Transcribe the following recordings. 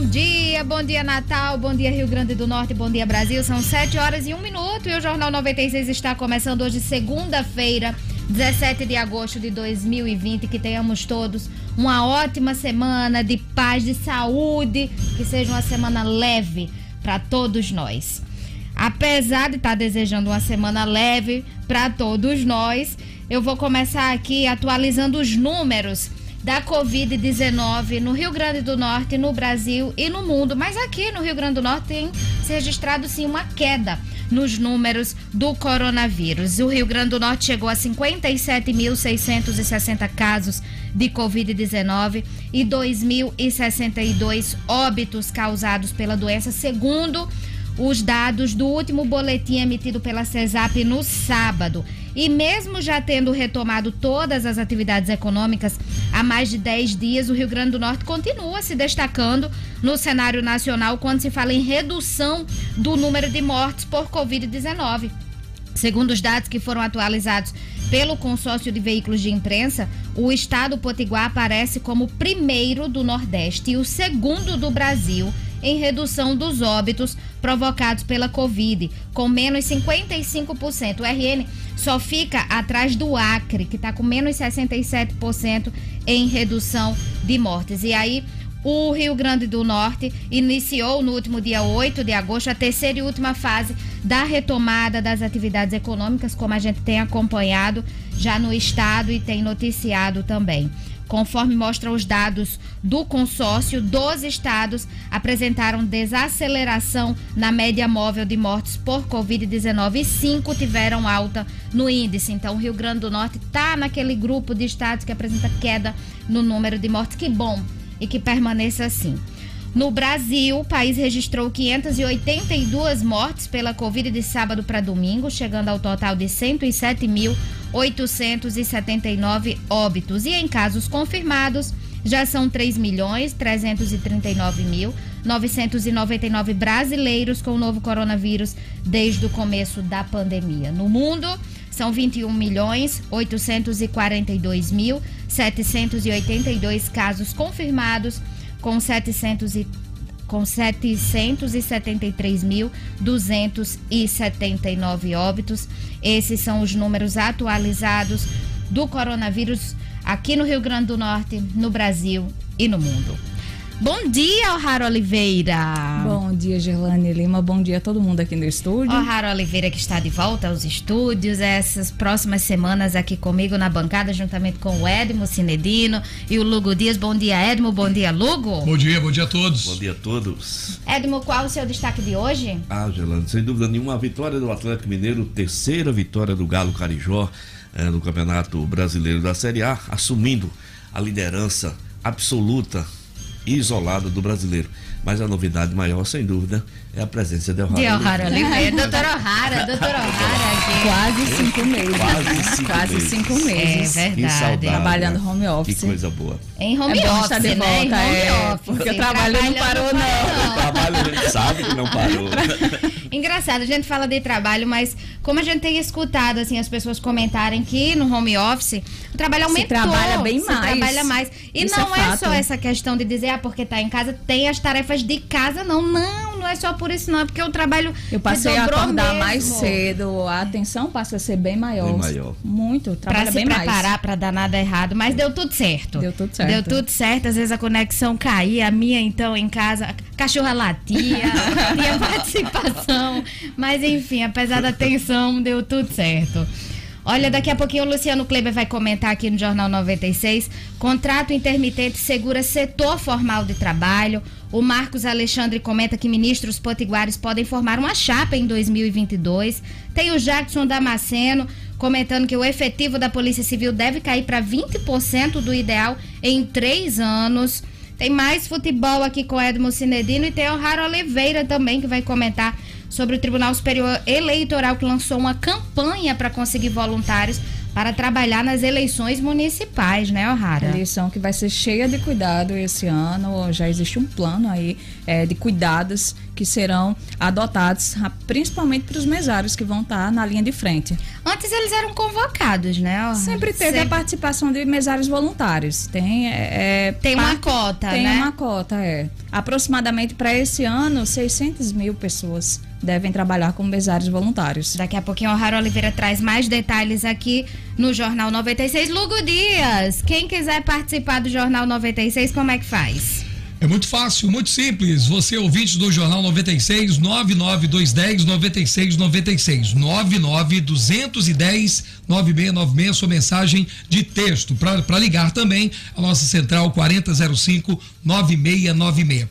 bom dia Natal, bom dia Rio Grande do Norte, bom dia Brasil. São 7h01 e o Jornal 96 está começando hoje, segunda-feira, 17 de agosto de 2020. Que tenhamos todos uma ótima semana de paz, de saúde, que seja uma semana leve para todos nós. Apesar de estar desejando uma semana leve para todos nós, eu vou começar aqui atualizando os números da Covid-19 no Rio Grande do Norte, no Brasil e no mundo. Mas aqui no Rio Grande do Norte tem se registrado sim uma queda nos números do coronavírus. O Rio Grande do Norte chegou a 57.660 casos de Covid-19 e 2.062 óbitos causados pela doença, segundo os dados do último boletim emitido pela CESAP no sábado. E mesmo já tendo retomado todas as atividades econômicas há mais de 10 dias, o Rio Grande do Norte continua se destacando no cenário nacional quando se fala em redução do número de mortes por Covid-19. Segundo os dados que foram atualizados pelo consórcio de veículos de imprensa, o estado potiguar aparece como o primeiro do Nordeste e o segundo do Brasil em redução dos óbitos provocados pela Covid, com menos 55%. O RN só fica atrás do Acre, que está com menos 67% em redução de mortes. E aí, o Rio Grande do Norte iniciou no último dia 8 de agosto a terceira e última fase da retomada das atividades econômicas, como a gente tem acompanhado já no estado e tem noticiado também. Conforme mostram os dados do consórcio, 12 estados apresentaram desaceleração na média móvel de mortes por Covid-19 e 5 tiveram alta no índice. Então, o Rio Grande do Norte está naquele grupo de estados que apresenta queda no número de mortes. Que bom e que permaneça assim. No Brasil, o país registrou 582 mortes pela Covid de sábado para domingo, chegando ao total de 107.879 óbitos. E em casos confirmados, já são 3.339.999 brasileiros com o novo coronavírus desde o começo da pandemia. No mundo, são 21.842.782 casos confirmados, com 773.279 óbitos. Esses são os números atualizados do coronavírus aqui no Rio Grande do Norte, no Brasil e no mundo. Bom dia, O'Hara Oliveira. Bom dia, Gerlane Lima. Bom dia a todo mundo aqui no estúdio. O'Hara Oliveira, que está de volta aos estúdios essas próximas semanas aqui comigo na bancada, juntamente com o Edmo Cinedino e o Lugo Dias. Bom dia, Edmo. Bom dia, Lugo. Bom dia a todos. Bom dia a todos. Edmo, qual o seu destaque de hoje? Gerlane, sem dúvida nenhuma, a vitória do Atlético Mineiro, terceira vitória do Galo Carijó no Campeonato Brasileiro da Série A, assumindo a liderança absoluta e isolada do brasileiro. Mas a novidade maior, sem dúvida, é a presença de O'Hara Oliveira. Doutor O'Hara aqui. Quase cinco meses. É verdade. Que saudade, trabalhando home office. Que coisa boa. Em home office, de volta, né? Em home office. Porque o trabalho não parou, não. O trabalho a gente sabe que não parou. Engraçado, a gente fala de trabalho, mas como a gente tem escutado assim, as pessoas comentarem que no home office o trabalho aumentou. Trabalha bem mais. Trabalha mais. E isso não é fato. só essa questão de dizer, porque tá em casa, tem as tarefas de casa, não é só por isso, não, é porque o trabalho eu passei a acordar mesmo. Mais cedo, a atenção passa a ser bem maior. Bem maior. Muito, trabalha bem mais. Pra se preparar pra dar nada errado, mas deu tudo certo. Deu tudo certo, às vezes a conexão caía, a minha então em casa, a cachorra latia, tinha participação, mas enfim, apesar da tensão, deu tudo certo. Olha, daqui a pouquinho o Luciano Kleber vai comentar aqui no Jornal 96. Contrato intermitente segura setor formal de trabalho. O Marcos Alexandre comenta que ministros potiguares podem formar uma chapa em 2022. Tem o Jackson Damasceno comentando que o efetivo da Polícia Civil deve cair para 20% do ideal em 3 anos. Tem mais futebol aqui com Edmo Cinedino e tem o O'Hara Oliveira também, que vai comentar sobre o Tribunal Superior Eleitoral, que lançou uma campanha para conseguir voluntários para trabalhar nas eleições municipais, né, O'Hara? Eleição que vai ser cheia de cuidado esse ano. Já existe um plano aí de cuidados que serão adotados, principalmente para os mesários que vão estar na linha de frente. Antes eles eram convocados, né? Sempre teve a participação de mesários voluntários. Tem uma cota, né? Tem uma cota, Aproximadamente para esse ano, 600 mil pessoas devem trabalhar como mesários voluntários. Daqui a pouquinho o Raro Oliveira traz mais detalhes aqui no Jornal 96. Lugo Dias, quem quiser participar do Jornal 96, como é que faz? É muito fácil, muito simples. Você, ouvinte do Jornal 96, 99210-9696. 99210-9696, sua mensagem de texto. Para ligar também, a nossa central 4005-9696.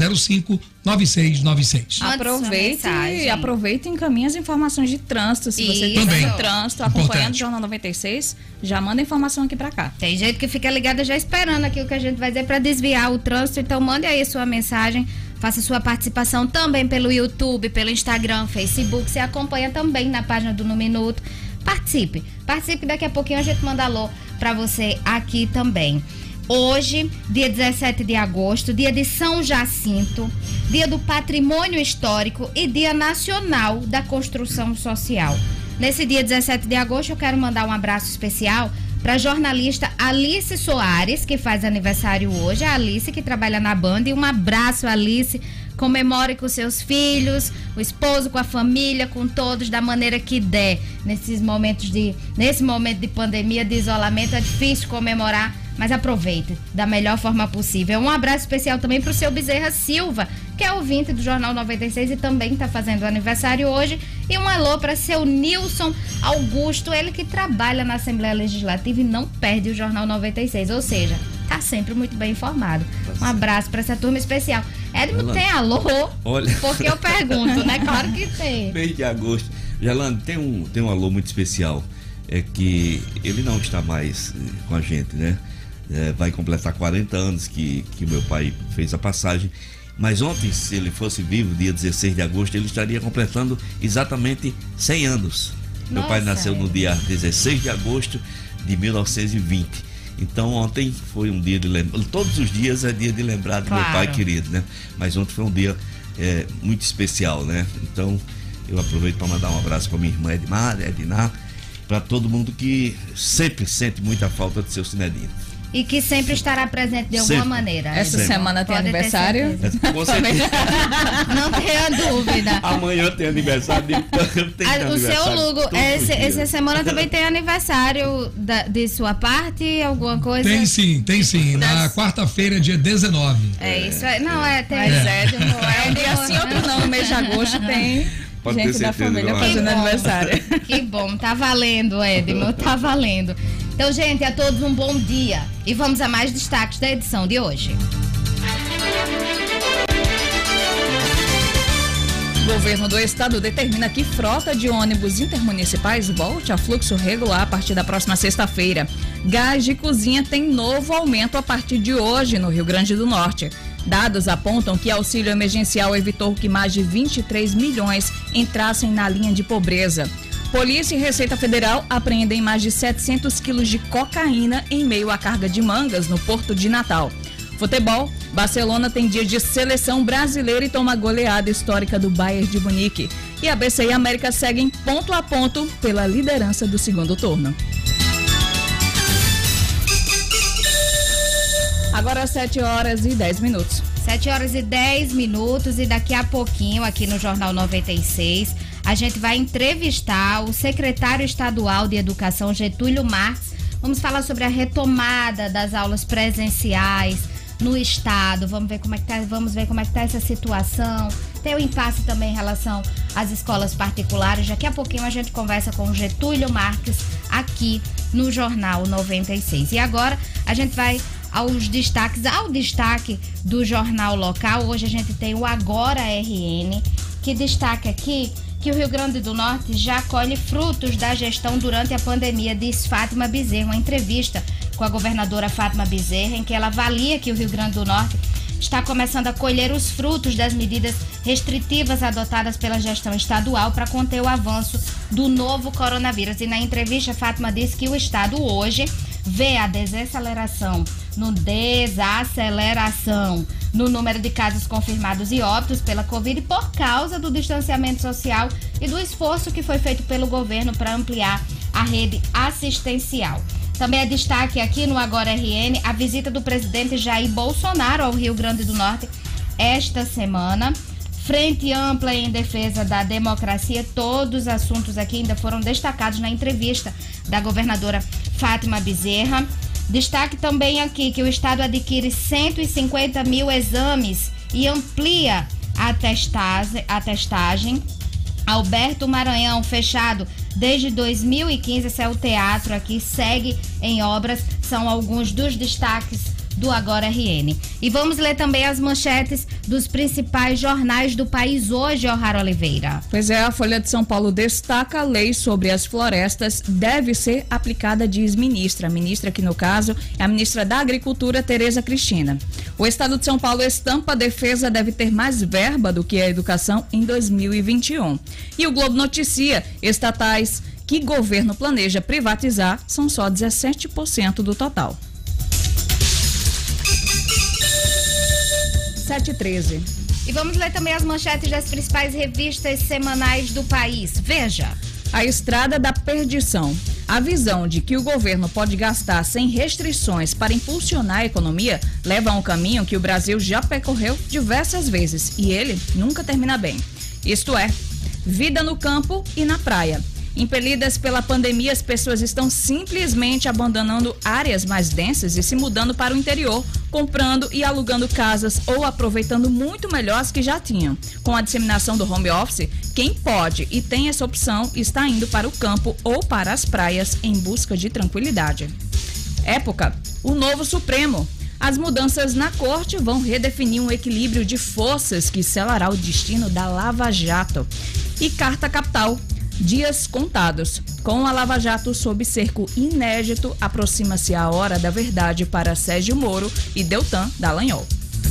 4005-9696. Aproveita e encaminha as informações de trânsito. Se você estiver no trânsito, acompanhando o Jornal 96, já manda informação aqui para cá. Tem gente que fica ligada já esperando aqui o que a gente vai dizer para desviar o trânsito. Então mande aí sua mensagem, faça sua participação também pelo YouTube, pelo Instagram, Facebook. Você acompanha também na página do No Minuto. Participe, daqui a pouquinho a gente manda alô para você aqui também. Hoje, dia 17 de agosto, dia de São Jacinto, dia do Patrimônio Histórico e dia nacional da construção social. Nesse dia 17 de agosto, eu quero mandar um abraço especial para a jornalista Alice Soares, que faz aniversário hoje. A Alice, que trabalha na Band. E um abraço, Alice. Comemore com seus filhos, o esposo, com a família, com todos, da maneira que der. Nesse momento de pandemia, de isolamento, é difícil comemorar, mas aproveite da melhor forma possível. Um abraço especial também para o seu Bezerra Silva, que é ouvinte do Jornal 96 e também está fazendo aniversário hoje. E um alô para seu Nilson Augusto, ele que trabalha na Assembleia Legislativa e não perde o Jornal 96, ou seja, está sempre muito bem informado. Um abraço para essa turma especial. Edmo, tem alô? Olha. Porque eu pergunto, né? Claro que tem. Mês de agosto. Gelane, tem um alô muito especial. É que ele não está mais com a gente, né? Vai completar 40 anos que meu pai fez a passagem. Mas ontem, se ele fosse vivo, dia 16 de agosto, ele estaria completando exatamente 100 anos. Meu pai nasceu no dia 16 de agosto de 1920. Então ontem foi um dia de lembrar. Todos os dias é dia de lembrar do meu pai querido, né? Mas ontem foi um dia muito especial, né? Então eu aproveito para mandar um abraço para minha irmã Edna, para todo mundo que sempre sente muita falta de seu Cinedinho. E que sempre estará presente de alguma maneira. Essa semana tem aniversário? Com certeza. Não tenha dúvida. Amanhã tem aniversário. O seu Lugo, essa semana também tem aniversário de sua parte? Alguma coisa? Tem sim. Na quarta-feira, dia 19. É isso aí. Não, tem. Mas um dia sim, outro não. No mês de agosto tem gente da família fazendo aniversário. Que bom, tá valendo, Edmo, tá valendo. Então, gente, a todos um bom dia. E vamos a mais destaques da edição de hoje. O governo do estado determina que frota de ônibus intermunicipais volte a fluxo regular a partir da próxima sexta-feira. Gás de cozinha tem novo aumento a partir de hoje no Rio Grande do Norte. Dados apontam que auxílio emergencial evitou que mais de 23 milhões entrassem na linha de pobreza. Polícia e Receita Federal apreendem mais de 700 quilos de cocaína em meio à carga de mangas no Porto de Natal. Futebol, Barcelona tem dia de seleção brasileira e toma goleada histórica do Bayern de Munique. E a ABC e a América seguem ponto a ponto pela liderança do segundo turno. Agora 7h10. 7h10 e daqui a pouquinho aqui no Jornal 96 a gente vai entrevistar o secretário estadual de Educação, Getúlio Marques. Vamos falar sobre a retomada das aulas presenciais no estado. Vamos ver como é que tá essa situação. Tem o impasse também em relação às escolas particulares. Daqui a pouquinho a gente conversa com o Getúlio Marques aqui no Jornal 96. E agora a gente vai ao destaque do jornal local. Hoje a gente tem o Agora RN, que destaca aqui que o Rio Grande do Norte já colhe frutos da gestão durante a pandemia, diz Fátima Bezerra. Uma entrevista com a governadora Fátima Bezerra, em que ela avalia que o Rio Grande do Norte está começando a colher os frutos das medidas restritivas adotadas pela gestão estadual para conter o avanço do novo coronavírus. E na entrevista, Fátima disse que o estado hoje vê a desaceleração no número de casos confirmados e óbitos pela Covid por causa do distanciamento social e do esforço que foi feito pelo governo para ampliar a rede assistencial. Também é destaque aqui no Agora RN a visita do presidente Jair Bolsonaro ao Rio Grande do Norte esta semana. Frente ampla em defesa da democracia, todos os assuntos aqui ainda foram destacados na entrevista da governadora Fátima Bezerra. Destaque também aqui que o estado adquire 150 mil exames e amplia a testagem. Alberto Maranhão, fechado desde 2015, esse é o teatro aqui, segue em obras, são alguns dos destaques do Agora RN. E vamos ler também as manchetes dos principais jornais do país hoje, O'Hara Oliveira. Pois é, a Folha de São Paulo destaca: a lei sobre as florestas deve ser aplicada, diz ministra. A ministra, que no caso é a ministra da Agricultura, Tereza Cristina. O estado de São Paulo estampa: a defesa deve ter mais verba do que a educação em 2021. E o Globo noticia: estatais que governo planeja privatizar são só 17% do total. 7h13. E vamos ler também as manchetes das principais revistas semanais do país. Veja. A estrada da perdição. A visão de que o governo pode gastar sem restrições para impulsionar a economia leva a um caminho que o Brasil já percorreu diversas vezes e ele nunca termina bem. Isto é, vida no campo e na praia. Impelidas pela pandemia, as pessoas estão simplesmente abandonando áreas mais densas e se mudando para o interior, comprando e alugando casas ou aproveitando muito melhor as que já tinham. Com a disseminação do home office, quem pode e tem essa opção está indo para o campo ou para as praias em busca de tranquilidade. Época, o novo Supremo. As mudanças na corte vão redefinir um equilíbrio de forças que selará o destino da Lava Jato. E Carta Capital. Dias contados. Com a Lava Jato sob cerco inédito, aproxima-se a hora da verdade para Sérgio Moro e Deltan Dallagnol.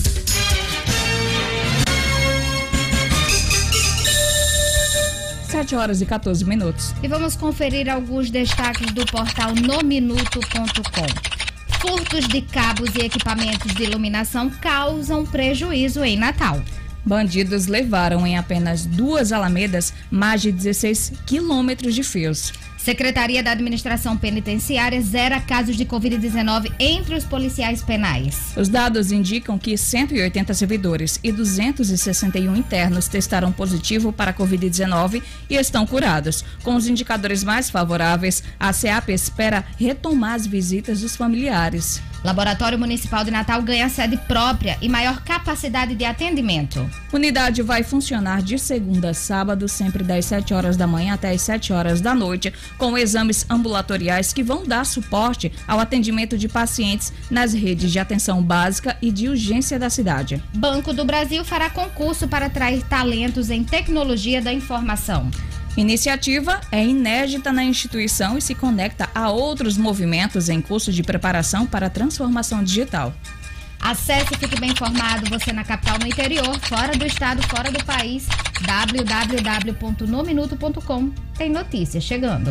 7h14. E vamos conferir alguns destaques do portal nominuto.com. Furtos de cabos e equipamentos de iluminação causam prejuízo em Natal. Bandidos levaram em apenas 2 alamedas mais de 16 quilômetros de fios. Secretaria da Administração Penitenciária zera casos de Covid-19 entre os policiais penais. Os dados indicam que 180 servidores e 261 internos testaram positivo para a Covid-19 e estão curados. Com os indicadores mais favoráveis, a SEAP espera retomar as visitas dos familiares. Laboratório Municipal de Natal ganha sede própria e maior capacidade de atendimento. Unidade vai funcionar de segunda a sábado, sempre das 7 horas da manhã até as 7 horas da noite, com exames ambulatoriais que vão dar suporte ao atendimento de pacientes nas redes de atenção básica e de urgência da cidade. Banco do Brasil fará concurso para atrair talentos em tecnologia da informação. Iniciativa é inédita na instituição e se conecta a outros movimentos em curso de preparação para a transformação digital. Acesse e fique bem informado, você na capital, no interior, fora do estado, fora do país, www.nominuto.com. Tem notícias chegando.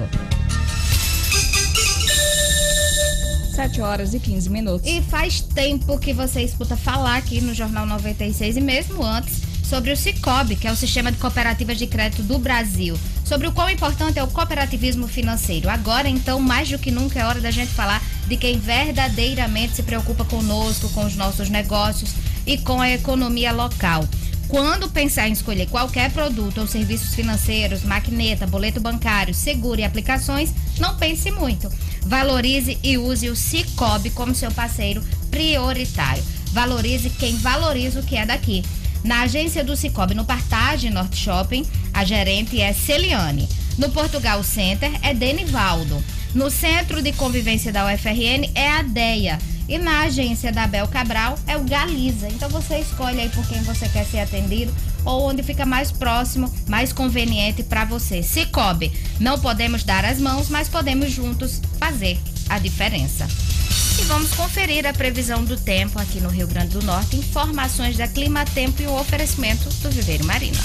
7h15. E faz tempo que você escuta falar aqui no Jornal 96 e mesmo antes sobre o Sicoob, que é o Sistema de Cooperativas de Crédito do Brasil, sobre o quão importante é o cooperativismo financeiro. Agora, então, mais do que nunca é hora da gente falar de quem verdadeiramente se preocupa conosco, com os nossos negócios e com a economia local. Quando pensar em escolher qualquer produto ou serviços financeiros, maquineta, boleto bancário, seguro e aplicações, não pense muito. Valorize e use o Sicoob como seu parceiro prioritário. Valorize quem valoriza o que é daqui. Na agência do Sicoob, no Partage Norte Shopping, a gerente é Celiane. No Portugal Center é Denivaldo. No Centro de Convivência da UFRN é a Deia. E na agência da Abel Cabral é o Galiza. Então você escolhe aí por quem você quer ser atendido ou onde fica mais próximo, mais conveniente para você. Sicoob, não podemos dar as mãos, mas podemos juntos fazer a diferença. E vamos conferir a previsão do tempo aqui no Rio Grande do Norte, informações da Climatempo e o oferecimento do Viveiro Marina.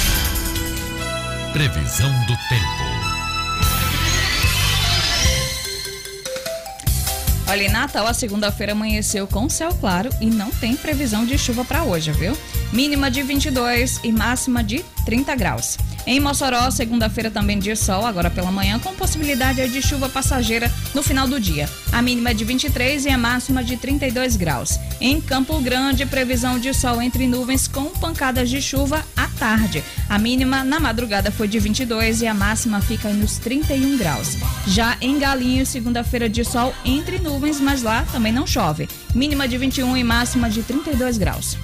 Previsão do tempo. Olha, em Natal, a segunda-feira amanheceu com céu claro e não tem previsão de chuva para hoje, viu? Mínima de 22 e máxima de 30 graus. Em Mossoró, segunda-feira também de sol, agora pela manhã, com possibilidade de chuva passageira no final do dia. A mínima é de 23 e a máxima de 32 graus. Em Campo Grande, previsão de sol entre nuvens com pancadas de chuva à tarde. A mínima na madrugada foi de 22 e a máxima fica nos 31 graus. Já em Galinhos, segunda-feira de sol entre nuvens, mas lá também não chove. Mínima de 21 e máxima de 32 graus.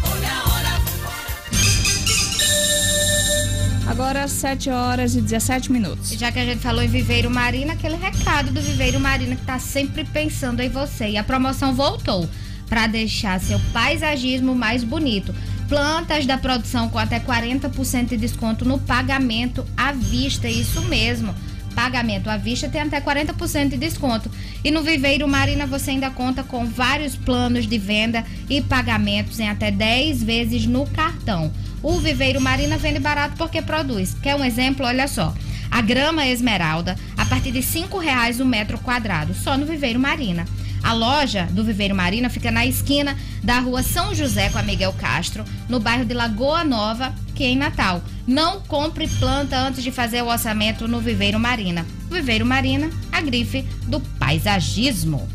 Agora 7 horas e 17 minutos. Já que a gente falou em Viveiro Marina, aquele recado do Viveiro Marina que tá sempre pensando em você. E a promoção voltou para deixar seu paisagismo mais bonito. Plantas da produção com até 40% de desconto no pagamento à vista, isso mesmo. Pagamento à vista tem até 40% de desconto. E no Viveiro Marina você ainda conta com vários planos de venda e pagamentos em até 10 vezes no cartão. O Viveiro Marina vende barato porque produz. Quer um exemplo? Olha só. A grama esmeralda a partir de R$5 o metro quadrado, só no Viveiro Marina. A loja do Viveiro Marina fica na esquina da rua São José com a Miguel Castro, no bairro de Lagoa Nova, que é em Natal. Não compre planta antes de fazer o orçamento no Viveiro Marina. Viveiro Marina, a grife do paisagismo.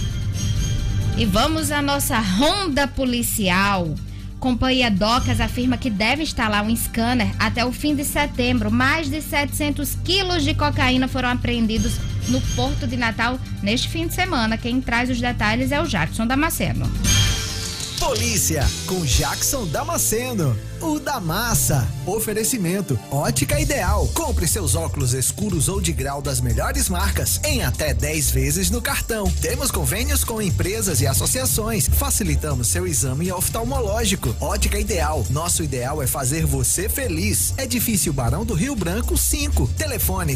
E vamos à nossa ronda policial. Companhia Docas afirma que deve instalar um scanner até o fim de setembro. Mais de 700 quilos de cocaína foram apreendidos no Porto de Natal neste fim de semana. Quem traz os detalhes é o Jackson Damasceno. Polícia, com Jackson Damasceno, o da massa. Oferecimento, Ótica Ideal. Compre seus óculos escuros ou de grau das melhores marcas em até 10 vezes no cartão. Temos convênios com empresas e associações. Facilitamos seu exame oftalmológico. Ótica Ideal. Nosso ideal é fazer você feliz. Edifício Barão do Rio Branco 5. Telefone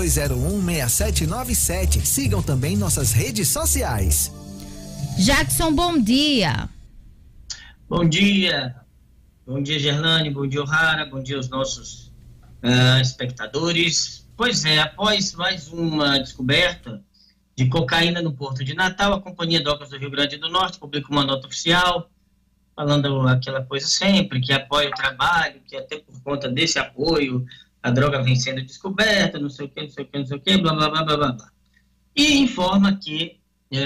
3201-6797. Sigam também nossas redes sociais. Jackson, bom dia. Bom dia Gerlane, bom dia O'Hara, bom dia aos nossos espectadores. Pois é, após mais uma descoberta de cocaína no Porto de Natal, a Companhia Docas do Rio Grande do Norte publica uma nota oficial falando aquela coisa sempre, que apoia o trabalho, que até por conta desse apoio a droga vem sendo descoberta, não sei o que, blá, blá, blá, blá, blá. E informa que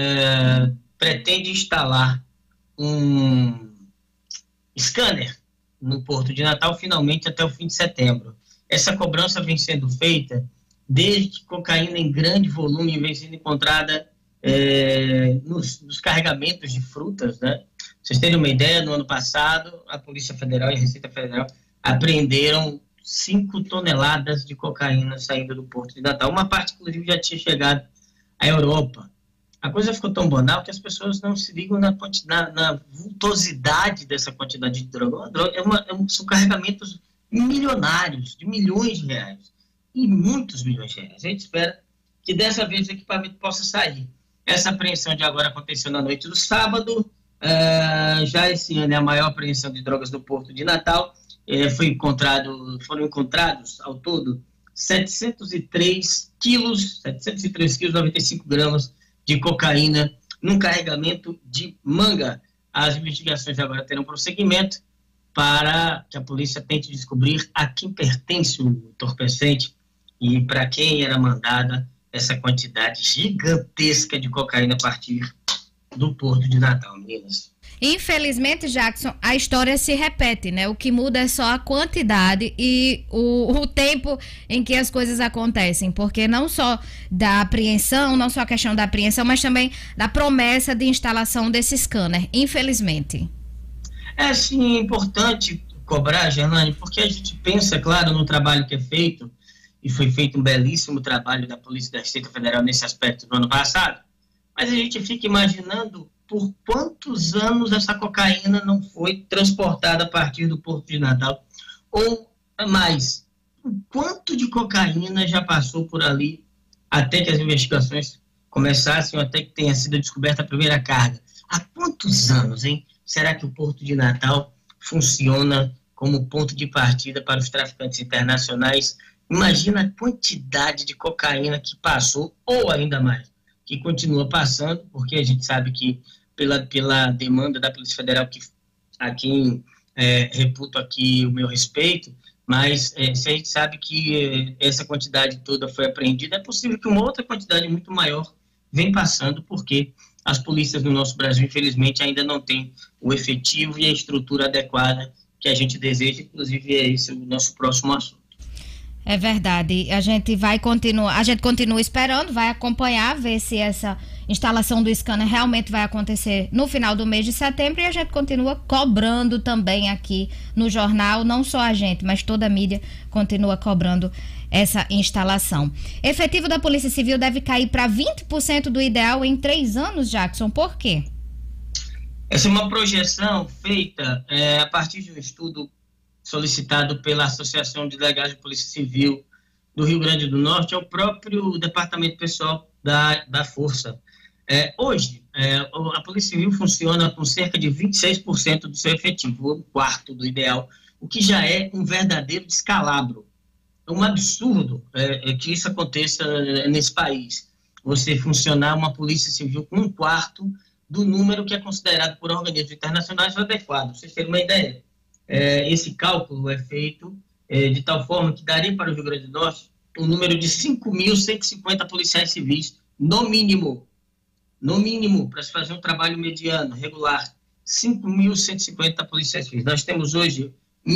pretende instalar um scanner no Porto de Natal finalmente até o fim de setembro. Essa cobrança vem sendo feita desde que cocaína em grande volume vem sendo encontrada nos carregamentos de frutas, né? Pra vocês terem uma ideia, no ano passado a Polícia Federal e a Receita Federal apreenderam 5 toneladas de cocaína saindo do Porto de Natal. Uma parte, inclusive, já tinha chegado à Europa. A coisa ficou tão banal que as pessoas não se ligam na vultosidade dessa quantidade de droga. São carregamentos milionários, de milhões de reais. E muitos milhões de reais. A gente espera que dessa vez o equipamento possa sair. Essa apreensão de agora aconteceu na noite do sábado. Já esse ano é a maior apreensão de drogas no Porto de Natal. Foram encontrados ao todo 703 quilos, 95 gramas de cocaína num carregamento de manga. As investigações agora terão prosseguimento para que a polícia tente descobrir a quem pertence o entorpecente e para quem era mandada essa quantidade gigantesca de cocaína a partir do Porto de Natal, meninas. Infelizmente, Jackson, a história se repete, né? O que muda é só a quantidade e o tempo em que as coisas acontecem, porque não só da apreensão, não só a questão da apreensão, mas também da promessa de instalação desse scanner, infelizmente. É, sim, importante cobrar, Gerlane, porque a gente pensa, claro, no trabalho que é feito, e foi feito um belíssimo trabalho da Polícia da Receita Federal nesse aspecto no ano passado, mas a gente fica imaginando por quantos anos essa cocaína não foi transportada a partir do Porto de Natal, ou mais, o quanto de cocaína já passou por ali até que as investigações começassem, até que tenha sido descoberta a primeira carga. Há quantos anos, hein? Será que o Porto de Natal funciona como ponto de partida para os traficantes internacionais? Imagina a quantidade de cocaína que passou, ou ainda mais, que continua passando, porque a gente sabe que pela demanda da Polícia Federal, a quem reputo aqui o meu respeito, mas se a gente sabe que essa quantidade toda foi apreendida, é possível que uma outra quantidade muito maior venha passando, porque as polícias no nosso Brasil, infelizmente, ainda não têm o efetivo e a estrutura adequada que a gente deseja, inclusive é esse o nosso próximo assunto. É verdade, a gente continua esperando, vai acompanhar, ver se essa instalação do scanner realmente vai acontecer no final do mês de setembro, e a gente continua cobrando também aqui no jornal, não só a gente, mas toda a mídia continua cobrando essa instalação. Efetivo da Polícia Civil deve cair para 20% do ideal em 3 anos, Jackson, por quê? Essa é uma projeção feita a partir de um estudo solicitado pela Associação de Delegados de Polícia Civil do Rio Grande do Norte, é o próprio Departamento Pessoal da Força. Hoje, a Polícia Civil funciona com cerca de 26% do seu efetivo, um quarto do ideal, o que já é um verdadeiro descalabro. É um absurdo que isso aconteça nesse país. Você funcionar uma Polícia Civil com um quarto do número que é considerado por organismos internacionais adequado. Para vocês terem uma ideia, esse cálculo é feito de tal forma que daria para o Rio Grande do Norte um número de 5.150 policiais civis, no mínimo, para se fazer um trabalho mediano, regular, 5.150 policiais civis. Nós temos hoje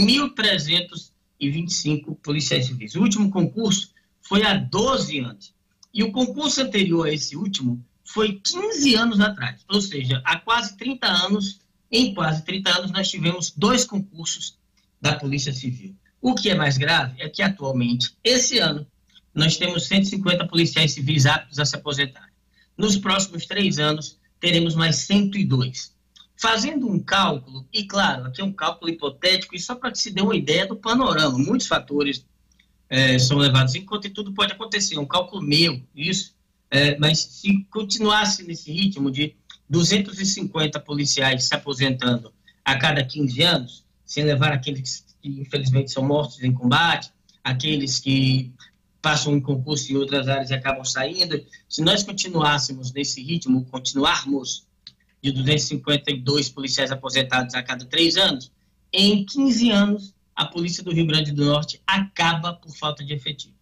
1.325 policiais civis. O último concurso foi há 12 anos. E o concurso anterior a esse último foi 15 anos atrás. Ou seja, há quase 30 anos, em quase 30 anos, nós tivemos 2 concursos da Polícia Civil. O que é mais grave é que, atualmente, esse ano, nós temos 150 policiais civis aptos a se aposentar. Nos próximos 3 anos, teremos mais 102. Fazendo um cálculo, e claro, aqui é um cálculo hipotético, e só para que se dê uma ideia do panorama, muitos fatores são levados em conta e tudo pode acontecer, é um cálculo meu, isso, mas se continuasse nesse ritmo de 250 policiais se aposentando a cada 15 anos, sem levar aqueles que infelizmente são mortos em combate, aqueles que passam em concurso em outras áreas e acabam saindo, se nós continuarmos nesse ritmo, de 252 policiais aposentados a cada 3 anos, em 15 anos, a Polícia do Rio Grande do Norte acaba por falta de efetivo.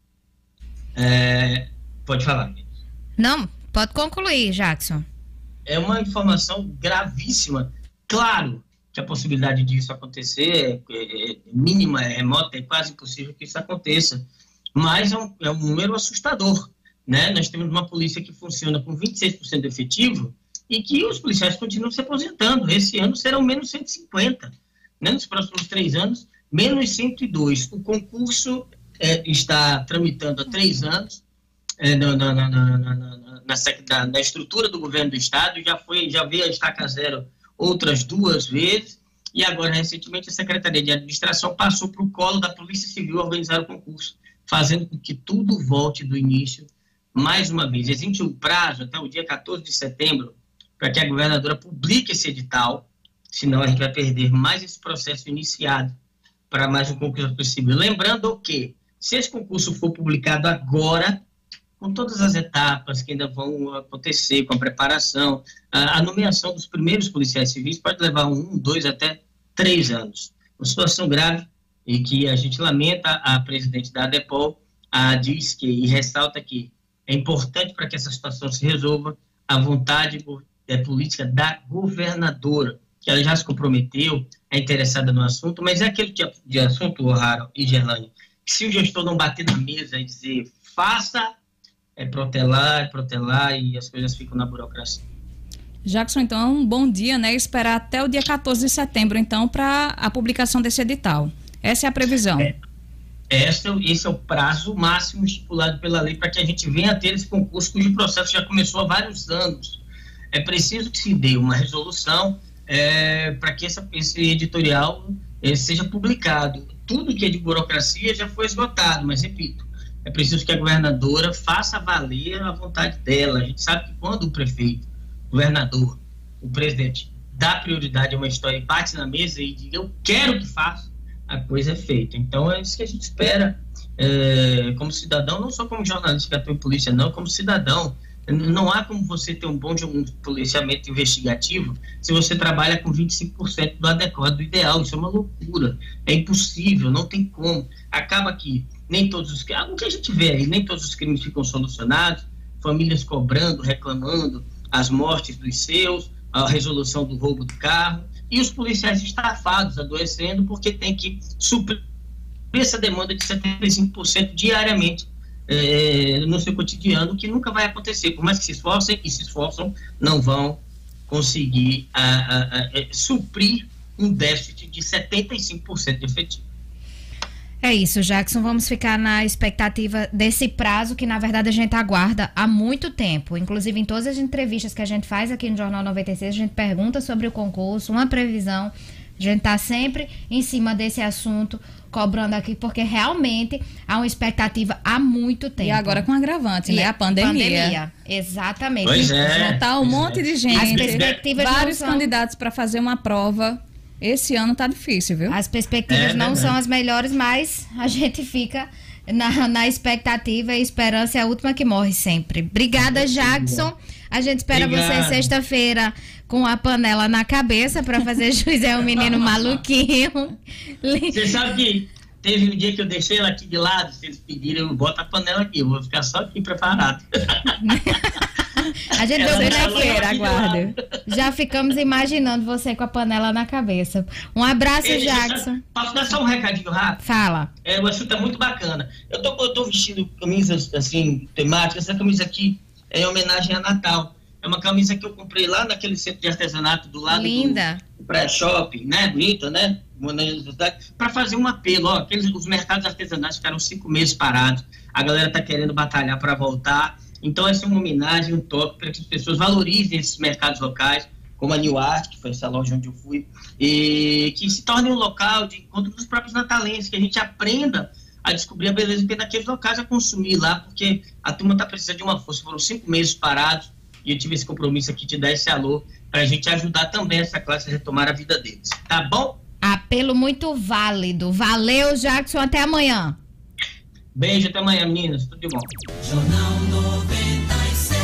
Pode falar. Não, pode concluir, Jackson. É uma informação gravíssima. Claro que a possibilidade disso acontecer é mínima, é remota, é quase impossível que isso aconteça, mas é um número assustador, né? Nós temos uma polícia que funciona com 26% de efetivo e que os policiais continuam se aposentando. Esse ano serão menos 150, né? Nos próximos 3 anos, menos 102. O concurso está tramitando há 3 anos na estrutura do governo do estado, já veio a estaca zero outras 2 vezes, e agora, recentemente, a Secretaria de Administração passou para o colo da Polícia Civil organizar o concurso, fazendo com que tudo volte do início mais uma vez. Existe um prazo até o dia 14 de setembro para que a governadora publique esse edital, senão a gente vai perder mais esse processo iniciado para mais um concurso possível. Lembrando que, se esse concurso for publicado agora, com todas as etapas que ainda vão acontecer, com a preparação, a nomeação dos primeiros policiais civis pode levar 1, 2, até 3 anos. Uma situação grave e que a gente lamenta. A presidente da ADEPOL diz que, e ressalta que é importante para que essa situação se resolva a vontade política da governadora, que ela já se comprometeu, é interessada no assunto, mas é aquele tipo de assunto, O'Hara e Gerlane, que se o gestor não bater na mesa e dizer faça, é protelar, e as coisas ficam na burocracia. Jackson, então, um bom dia, né? Esperar até o dia 14 de setembro, então, para a publicação desse edital. Essa é a previsão. Esse é o prazo máximo estipulado pela lei para que a gente venha a ter esse concurso, cujo processo já começou há vários anos. É preciso que se dê uma resolução para que esse editorial seja publicado. Tudo que é de burocracia já foi esgotado, mas repito, é preciso que a governadora faça valer a vontade dela. A gente sabe que quando o prefeito, o governador, o presidente dá prioridade a uma história e bate na mesa e diz eu quero que faça, a coisa é feita. Então é isso que a gente espera como cidadão, não só como jornalista que atua em polícia, não, como cidadão. Não há como você ter um bom policiamento investigativo se você trabalha com 25% do adequado, do ideal. Isso é uma loucura, é impossível, não tem como. Acaba que nem todos os crimes, o que a gente vê aí, nem todos os crimes ficam solucionados, famílias cobrando, reclamando as mortes dos seus, a resolução do roubo do carro, e os policiais estafados, adoecendo, porque tem que suprir essa demanda de 75% diariamente no seu cotidiano, que nunca vai acontecer. Por mais que se esforçam, não vão conseguir suprir um déficit de 75% de efetivo. É isso, Jackson, vamos ficar na expectativa desse prazo que, na verdade, a gente aguarda há muito tempo. Inclusive, em todas as entrevistas que a gente faz aqui no Jornal 96, a gente pergunta sobre o concurso, uma previsão. A gente está sempre em cima desse assunto, cobrando aqui, porque realmente há uma expectativa há muito tempo. E agora com agravante, né? A pandemia. Exatamente. Pois é. Juntar um monte de gente, as perspectivas vários candidatos para fazer uma prova. Esse ano tá difícil, viu? As perspectivas não são as melhores, mas a gente fica na expectativa, e a esperança é a última que morre sempre. Obrigada, Jackson. A gente espera você sexta-feira com a panela na cabeça para fazer juiz é um menino maluquinho. Você sabe que teve um dia que eu deixei ela aqui de lado, se eles pedirem, eu boto a panela aqui, eu vou ficar só aqui preparado. A gente deu bonequeira, aguarde. Já ficamos imaginando você com a panela na cabeça. Um abraço, Jackson. Posso dar só um recadinho rápido? Fala. O assunto é muito bacana. Eu tô vestindo camisas, assim, temáticas. Essa camisa aqui é em homenagem a Natal. É uma camisa que eu comprei lá naquele centro de artesanato do lado do pré-shopping, né? Bonita, né? Para fazer um apelo. Ó, os mercados artesanais ficaram 5 meses parados. A galera tá querendo batalhar para voltar. Então, essa é uma homenagem, um toque para que as pessoas valorizem esses mercados locais, como a New Art, que foi essa loja onde eu fui, e que se torne um local de encontro dos próprios natalenses, que a gente aprenda a descobrir a beleza que tem naqueles locais, a consumir lá, porque a turma está precisando de uma força. Foram 5 meses parados, e eu tive esse compromisso aqui de dar esse alô, para a gente ajudar também essa classe a retomar a vida deles. Tá bom? Apelo muito válido. Valeu, Jackson. Até amanhã. Beijo, até amanhã, meninas. Tudo de bom. Jornal 96.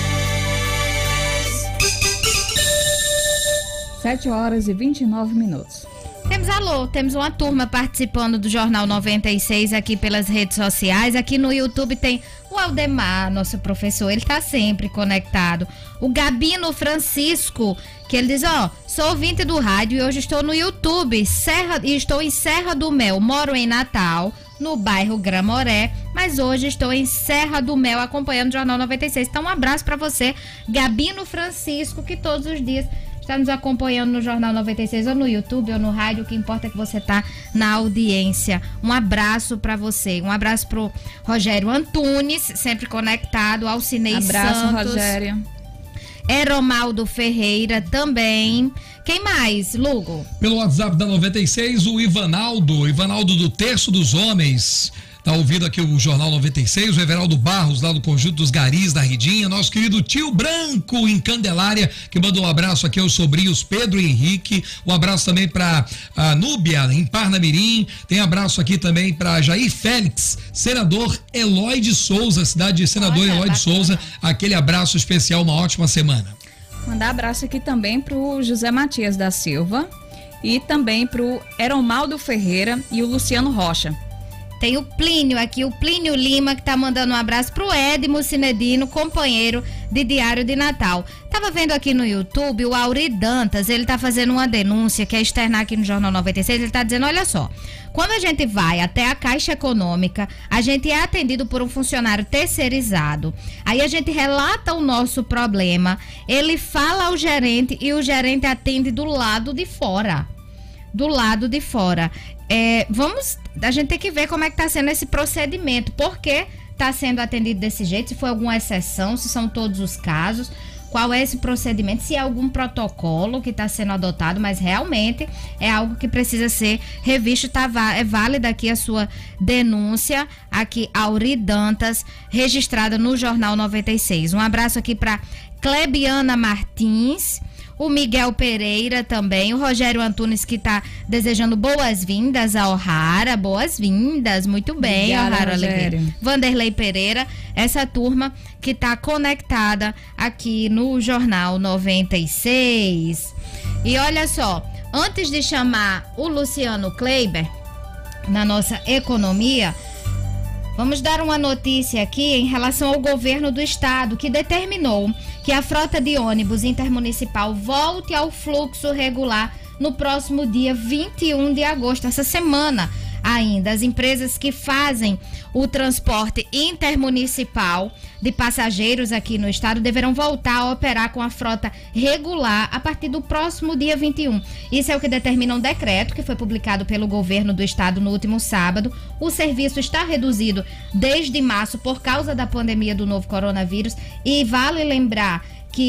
7h29. Temos uma turma participando do Jornal 96 aqui pelas redes sociais. Aqui no YouTube tem o Aldemar, nosso professor, ele tá sempre conectado. O Gabino Francisco, que ele diz, sou ouvinte do rádio e hoje estou no YouTube, estou em Serra do Mel, moro em Natal, no bairro Gramoré, mas hoje estou em Serra do Mel acompanhando o Jornal 96. Então um abraço para você, Gabino Francisco, que todos os dias está nos acompanhando no Jornal 96, ou no YouTube, ou no rádio, o que importa é que você tá na audiência. Um abraço para você, um abraço pro Rogério Antunes, sempre conectado, Alcinei Santos. Abraço, Rogério. Eromaldo Ferreira também. Quem mais, Lugo? Pelo WhatsApp da 96, o Ivanaldo do Terço dos Homens. Tá ouvindo aqui o Jornal 96, o Everaldo Barros, lá do Conjunto dos Garis, da Ridinha, nosso querido Tio Branco, em Candelária, que mandou um abraço aqui aos sobrinhos Pedro e Henrique, um abraço também para a Núbia, em Parnamirim, tem abraço aqui também para Jair Félix, senador Eloy de Souza, cidade de senador Eloy de Souza, aquele abraço especial, uma ótima semana. Mandar abraço aqui também pro José Matias da Silva e também pro Eromaldo Ferreira e o Luciano Rocha. Tem o Plínio aqui, o Plínio Lima, que tá mandando um abraço pro Edmo Cinedino, companheiro de Diário de Natal. Tava vendo aqui no YouTube o Auri Dantas, ele tá fazendo uma denúncia, quer externar aqui no Jornal 96, ele tá dizendo, olha só, quando a gente vai até a Caixa Econômica, a gente é atendido por um funcionário terceirizado, aí a gente relata o nosso problema, ele fala ao gerente e o gerente atende do lado de fora. A gente tem que ver como é que tá sendo esse procedimento, por que tá sendo atendido desse jeito, se foi alguma exceção, se são todos os casos, qual é esse procedimento, se é algum protocolo que está sendo adotado, mas realmente é algo que precisa ser revisto. É válida aqui a sua denúncia, aqui Auri Dantas, registrada no Jornal 96. Um abraço aqui para Clebiana Martins, o Miguel Pereira também, o Rogério Antunes, que está desejando boas-vindas ao O'Hara, boas-vindas, muito bem, O'Hara Oliveira. Vanderlei Pereira, essa turma que está conectada aqui no Jornal 96. E olha só, antes de chamar o Luciano Kleiber na nossa economia, vamos dar uma notícia aqui em relação ao governo do estado, que determinou que a frota de ônibus intermunicipal volte ao fluxo regular no próximo dia 21 de agosto, essa semana ainda. As empresas que fazem o transporte intermunicipal de passageiros aqui no estado deverão voltar a operar com a frota regular a partir do próximo dia 21. Isso é o que determina um decreto que foi publicado pelo governo do estado no último sábado. O serviço está reduzido desde março por causa da pandemia do novo coronavírus e vale lembrar que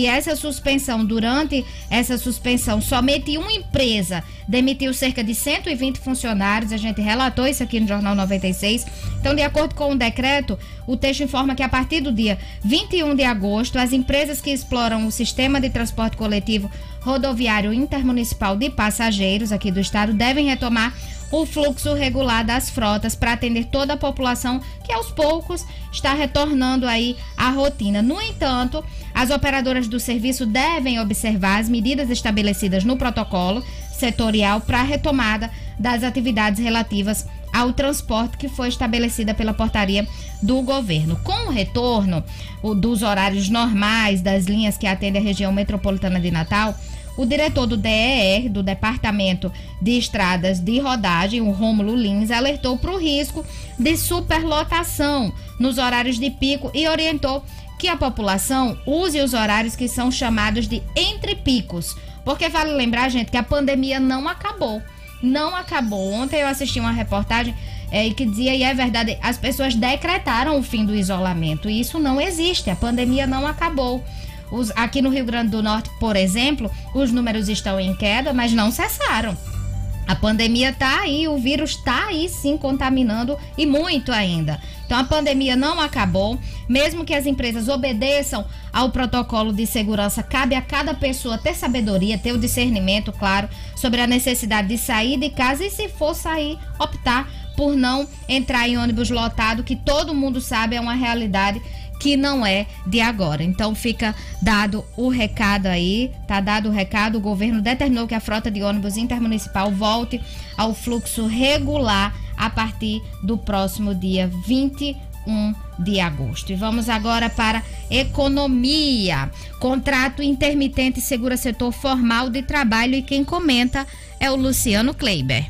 durante essa suspensão, somente uma empresa demitiu cerca de 120 funcionários, a gente relatou isso aqui no Jornal 96. Então, de acordo com o decreto, o texto informa que a partir do dia 21 de agosto, as empresas que exploram o sistema de transporte coletivo rodoviário intermunicipal de passageiros aqui do estado devem retomar o fluxo regular das frotas para atender toda a população que aos poucos está retornando aí à rotina. No entanto, as operadoras do serviço devem observar as medidas estabelecidas no protocolo setorial para a retomada das atividades relativas ao transporte que foi estabelecida pela portaria do governo. Com o retorno dos horários normais das linhas que atendem a região metropolitana de Natal, o diretor do DER, do Departamento de Estradas de Rodagem, o Rômulo Lins, alertou para o risco de superlotação nos horários de pico e orientou que a população use os horários que são chamados de entre picos. Porque vale lembrar, gente, que a pandemia não acabou. Não acabou. Ontem eu assisti uma reportagem que dizia, e é verdade, as pessoas decretaram o fim do isolamento. E isso não existe. A pandemia não acabou. Aqui no Rio Grande do Norte, por exemplo, os números estão em queda, mas não cessaram. A pandemia está aí, o vírus está aí sim contaminando e muito ainda. Então a pandemia não acabou, mesmo que as empresas obedeçam ao protocolo de segurança, cabe a cada pessoa ter sabedoria, ter o discernimento, claro, sobre a necessidade de sair de casa e, se for sair, optar por não entrar em ônibus lotado, que todo mundo sabe é uma realidade que não é de agora. Então fica dado o recado aí, tá dado o recado. O governo determinou que a frota de ônibus intermunicipal volte ao fluxo regular a partir do próximo dia 21 de agosto. E vamos agora para economia. Contrato intermitente segura setor formal de trabalho e quem comenta é o Luciano Kleiber.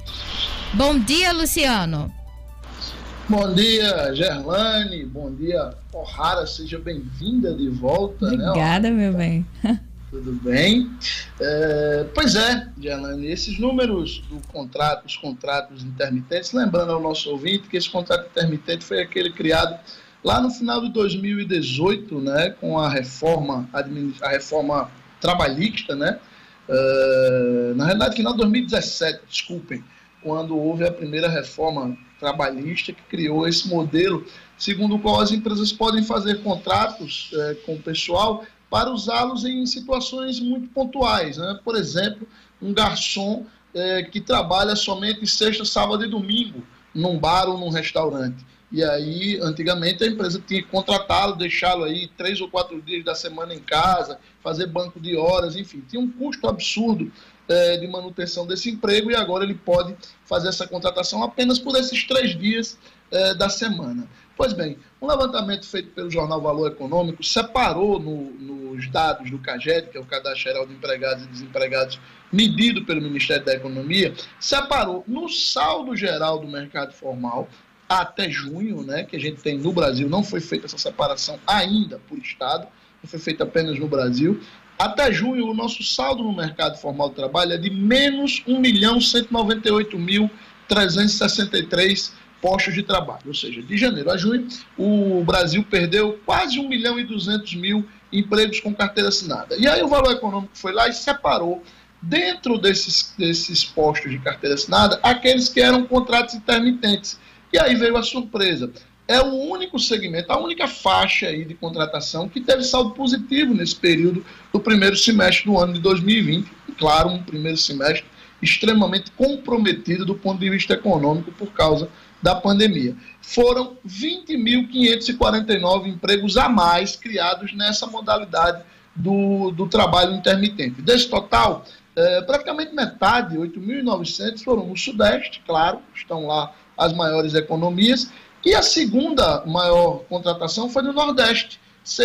Bom dia, Luciano. Bom dia, Gerlane. Bom dia, O'Hara. Seja bem-vinda de volta. Obrigada, né, meu bem. Tudo bem? Pois é, Gerlane, esses números os contratos intermitentes, lembrando ao nosso ouvinte que esse contrato intermitente foi aquele criado lá no final de 2018, né, com a reforma trabalhista, né? Na realidade, final de 2017, desculpem, quando houve a primeira reforma trabalhista que criou esse modelo, segundo o qual as empresas podem fazer contratos com o pessoal para usá-los em situações muito pontuais, né? Por exemplo, um garçom que trabalha somente sexta, sábado e domingo num bar ou num restaurante. E aí, antigamente, a empresa tinha que contratá-lo, deixá-lo aí 3 ou 4 dias da semana em casa, fazer banco de horas, enfim, tinha um custo absurdo de manutenção desse emprego, e agora ele pode fazer essa contratação apenas por esses 3 dias da semana. Pois bem, um levantamento feito pelo jornal Valor Econômico separou nos dados do CAGED, que é o Cadastro Geral de Empregados e Desempregados, medido pelo Ministério da Economia, separou no saldo geral do mercado formal até junho, né, que a gente tem no Brasil, não foi feita essa separação ainda por estado, não foi feita apenas no Brasil. Até junho, o nosso saldo no mercado formal de trabalho é de menos 1.198.363 postos de trabalho. Ou seja, de janeiro a junho, o Brasil perdeu quase 1.200.000 empregos com carteira assinada. E aí o Valor Econômico foi lá e separou, dentro desses postos de carteira assinada, aqueles que eram contratos intermitentes. E aí veio a surpresa. é o único segmento, a única faixa aí de contratação que teve saldo positivo nesse período do primeiro semestre do ano de 2020. E, claro, um primeiro semestre extremamente comprometido do ponto de vista econômico por causa da pandemia. Foram 20.549 empregos a mais criados nessa modalidade do trabalho intermitente. Desse total, praticamente metade, 8.900, foram no Sudeste, claro, estão lá as maiores economias, e a segunda maior contratação foi no Nordeste,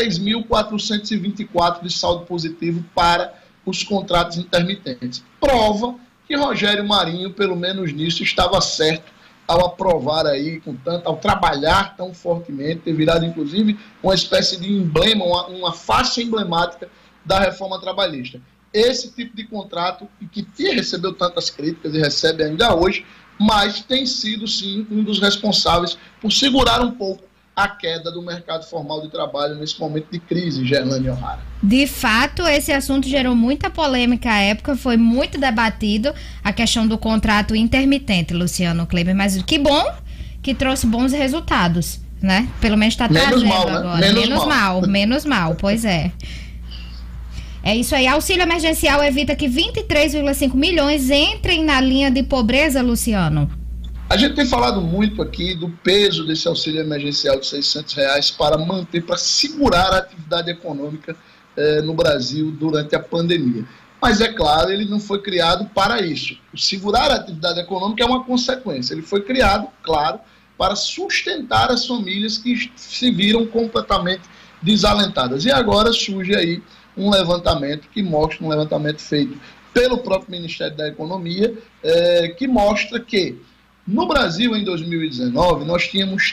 6.424 de saldo positivo para os contratos intermitentes. Prova que Rogério Marinho, pelo menos nisso, estava certo ao aprovar aí, ao trabalhar tão fortemente, ter virado inclusive uma espécie de emblema, uma faixa emblemática da reforma trabalhista. Esse tipo de contrato, que recebeu tantas críticas e recebe ainda hoje, mas tem sido, sim, um dos responsáveis por segurar um pouco a queda do mercado formal de trabalho nesse momento de crise, Gerlane O'Hara. De fato, esse assunto gerou muita polêmica à época, foi muito debatido a questão do contrato intermitente, Luciano Kleber, mas que bom que trouxe bons resultados, né? Pelo menos está trazendo agora. Menos mal, pois é. É isso aí. Auxílio emergencial evita que 23,5 milhões entrem na linha de pobreza, Luciano. A gente tem falado muito aqui do peso desse auxílio emergencial de R$600 para manter, para segurar a atividade econômica no Brasil durante a pandemia. Mas, é claro, ele não foi criado para isso. O segurar a atividade econômica é uma consequência. Ele foi criado, claro, para sustentar as famílias que se viram completamente desalentadas. E agora surge aí um levantamento um levantamento feito pelo próprio Ministério da Economia, que mostra que no Brasil, em 2019, nós tínhamos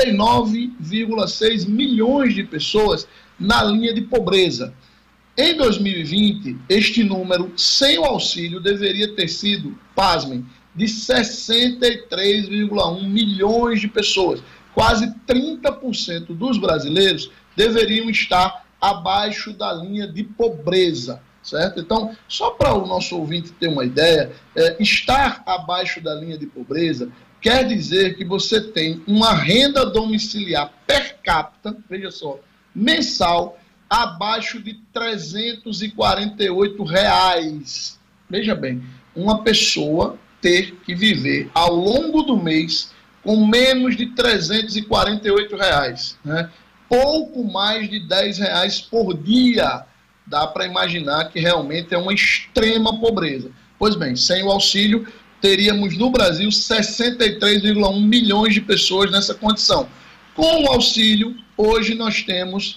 39,6 milhões de pessoas na linha de pobreza. Em 2020, este número, sem o auxílio, deveria ter sido, pasmem, de 63,1 milhões de pessoas. Quase 30% dos brasileiros deveriam estar abaixo da linha de pobreza, certo? Então, só para o nosso ouvinte ter uma ideia, estar abaixo da linha de pobreza quer dizer que você tem uma renda domiciliar per capita, veja só, mensal, abaixo de R$348. Veja bem, uma pessoa ter que viver ao longo do mês com menos de R$348, né? Pouco mais de R$10 por dia. Dá para imaginar que realmente é uma extrema pobreza. Pois bem, sem o auxílio, teríamos no Brasil 63,1 milhões de pessoas nessa condição. Com o auxílio, hoje nós temos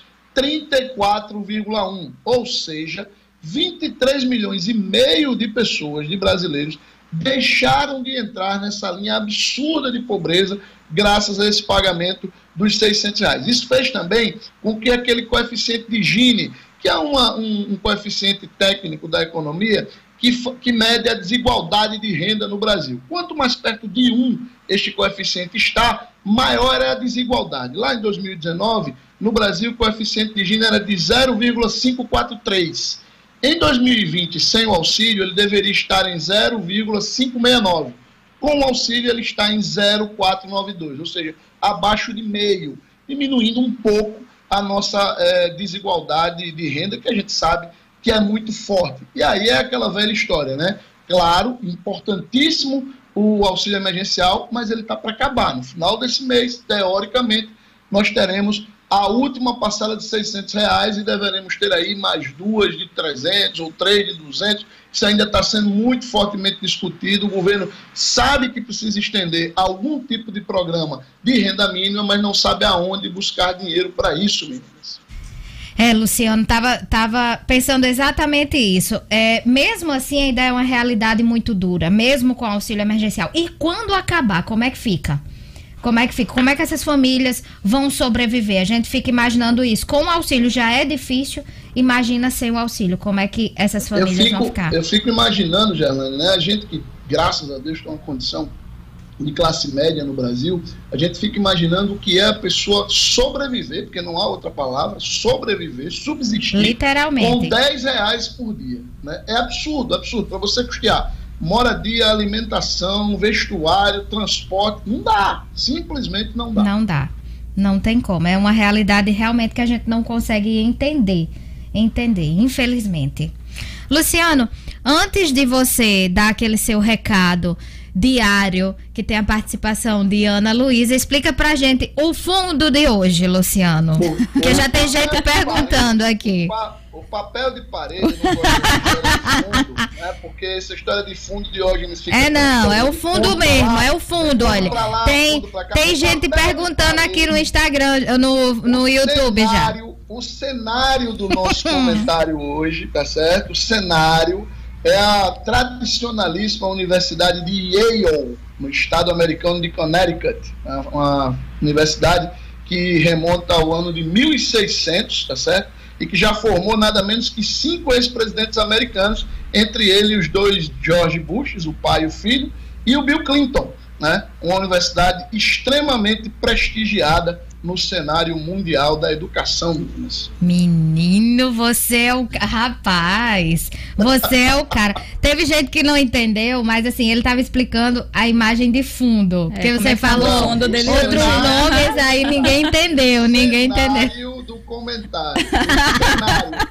34,1, ou seja, 23 milhões e meio de pessoas, de brasileiros, deixaram de entrar nessa linha absurda de pobreza graças a esse pagamento dos R$600. Isso fez também com que aquele coeficiente de Gini, que é um coeficiente técnico da economia, que mede a desigualdade de renda no Brasil. Quanto mais perto de 1 este coeficiente está, maior é a desigualdade. Lá em 2019, no Brasil, o coeficiente de Gini era de 0,543. Em 2020, sem o auxílio, ele deveria estar em 0,569. Com o auxílio, ele está em 0,492, ou seja, abaixo de meio, diminuindo um pouco a nossa desigualdade de renda, que a gente sabe que é muito forte. E aí é aquela velha história, né? Claro, importantíssimo o auxílio emergencial, mas ele está para acabar. No final desse mês, teoricamente, nós teremos a última parcela de R$600 e deveremos ter aí mais 2 de 300 ou 3 de 200. Isso ainda está sendo muito fortemente discutido. O governo sabe que precisa estender algum tipo de programa de renda mínima, mas não sabe aonde buscar dinheiro para isso, meninas. Luciano, tava pensando exatamente isso. Mesmo assim, ainda é uma realidade muito dura, mesmo com o auxílio emergencial. E quando acabar, como é que fica? Como é que essas famílias vão sobreviver? A gente fica imaginando isso. Com o auxílio já é difícil, imagina sem o auxílio. Como é que essas famílias vão ficar? Eu fico imaginando, Gerlane, né? A gente que, graças a Deus, tem uma condição de classe média no Brasil, a gente fica imaginando o que é a pessoa sobreviver, porque não há outra palavra, sobreviver, subsistir, literalmente, com R$10 por dia, né? É absurdo, para você custear moradia, alimentação, vestuário, transporte, não dá, simplesmente não dá. Não tem como. É uma realidade realmente que a gente não consegue entender, infelizmente. Luciano, antes de você dar aquele seu recado diário, que tem a participação de Ana Luísa, explica pra gente o fundo de hoje, Luciano. Porque já tem gente perguntando aqui. O papel de parede não gosta de fundo, né? Porque essa história de fundo de Diógenes fica... É o fundo mesmo, lá, é o fundo, olha. Lá, tem gente perguntando aqui no Instagram, no YouTube cenário, já. O cenário do nosso comentário hoje, tá certo? O cenário é a tradicionalíssima Universidade de Yale, no estado americano de Connecticut, uma universidade que remonta ao ano de 1600, tá certo? E que já formou nada menos que 5 ex-presidentes americanos, entre eles os 2 George Bush, o pai e o filho, e o Bill Clinton, né? Uma universidade extremamente prestigiada no cenário mundial da educação, meninas. Menino, você é o... Rapaz, você é o cara. Teve gente que não entendeu, mas assim, ele estava explicando a imagem de fundo. Porque você falou fundo dele outros nomes, aí ninguém entendeu, cenário do comentário. Cenário.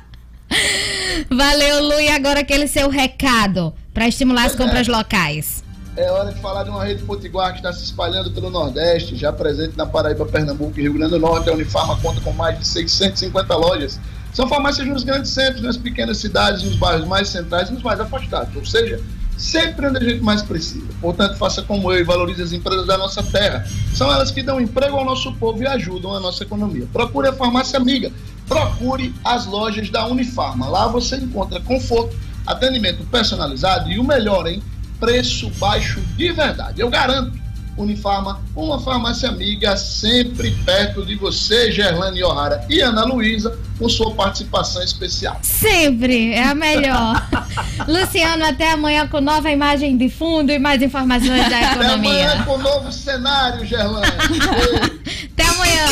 Valeu, Lu, e agora aquele seu recado para estimular as compras locais. É hora de falar de uma rede potiguar que está se espalhando pelo Nordeste, já presente na Paraíba, Pernambuco e Rio Grande do Norte. A Unifarma conta com mais de 650 lojas. São farmácias nos grandes centros, nas pequenas cidades, nos bairros mais centrais e nos mais afastados. Ou seja, sempre onde a gente mais precisa. Portanto, faça como eu e valorize as empresas da nossa terra. São elas que dão emprego ao nosso povo e ajudam a nossa economia. Procure a farmácia amiga. Procure as lojas da Unifarma. Lá você encontra conforto, atendimento personalizado e o melhor, hein? Preço baixo de verdade. Eu garanto, Unifarma, uma farmácia amiga sempre perto de você, Gerlane O'Hara e Ana Luísa, com sua participação especial. Sempre, é a melhor. Luciano, até amanhã com nova imagem de fundo e mais informações da economia. Até amanhã com novo cenário, Gerlane. Até amanhã.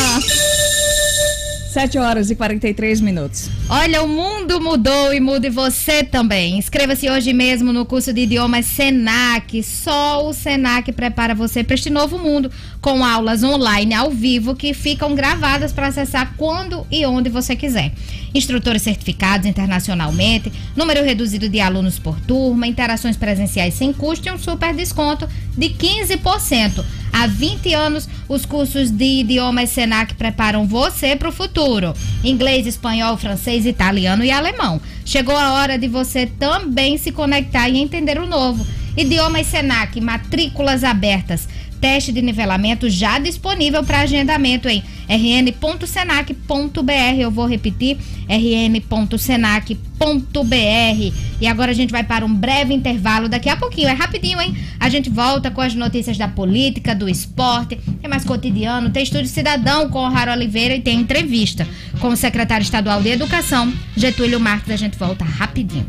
7h43. Olha, o mundo mudou e muda você também. Inscreva-se hoje mesmo no curso de idiomas Senac. Só o Senac prepara você para este novo mundo, com aulas online ao vivo que ficam gravadas para acessar quando e onde você quiser. Instrutores certificados internacionalmente, número reduzido de alunos por turma, interações presenciais sem custo e um super desconto de 15%. Há 20 anos, os cursos de idiomas Senac preparam você para o futuro. Inglês, espanhol, francês, italiano e alemão. Chegou a hora de você também se conectar e entender o novo. Idiomas Senac, matrículas abertas. Teste de nivelamento já disponível para agendamento em rn.senac.br. Eu vou repetir, rn.senac.br. E agora a gente vai para um breve intervalo. Daqui a pouquinho, é rapidinho, hein? A gente volta com as notícias da política, do esporte, tem mais cotidiano, tem Estúdio Cidadão com o Raro Oliveira e tem entrevista com o secretário estadual de Educação, Getúlio Marques. A gente volta rapidinho.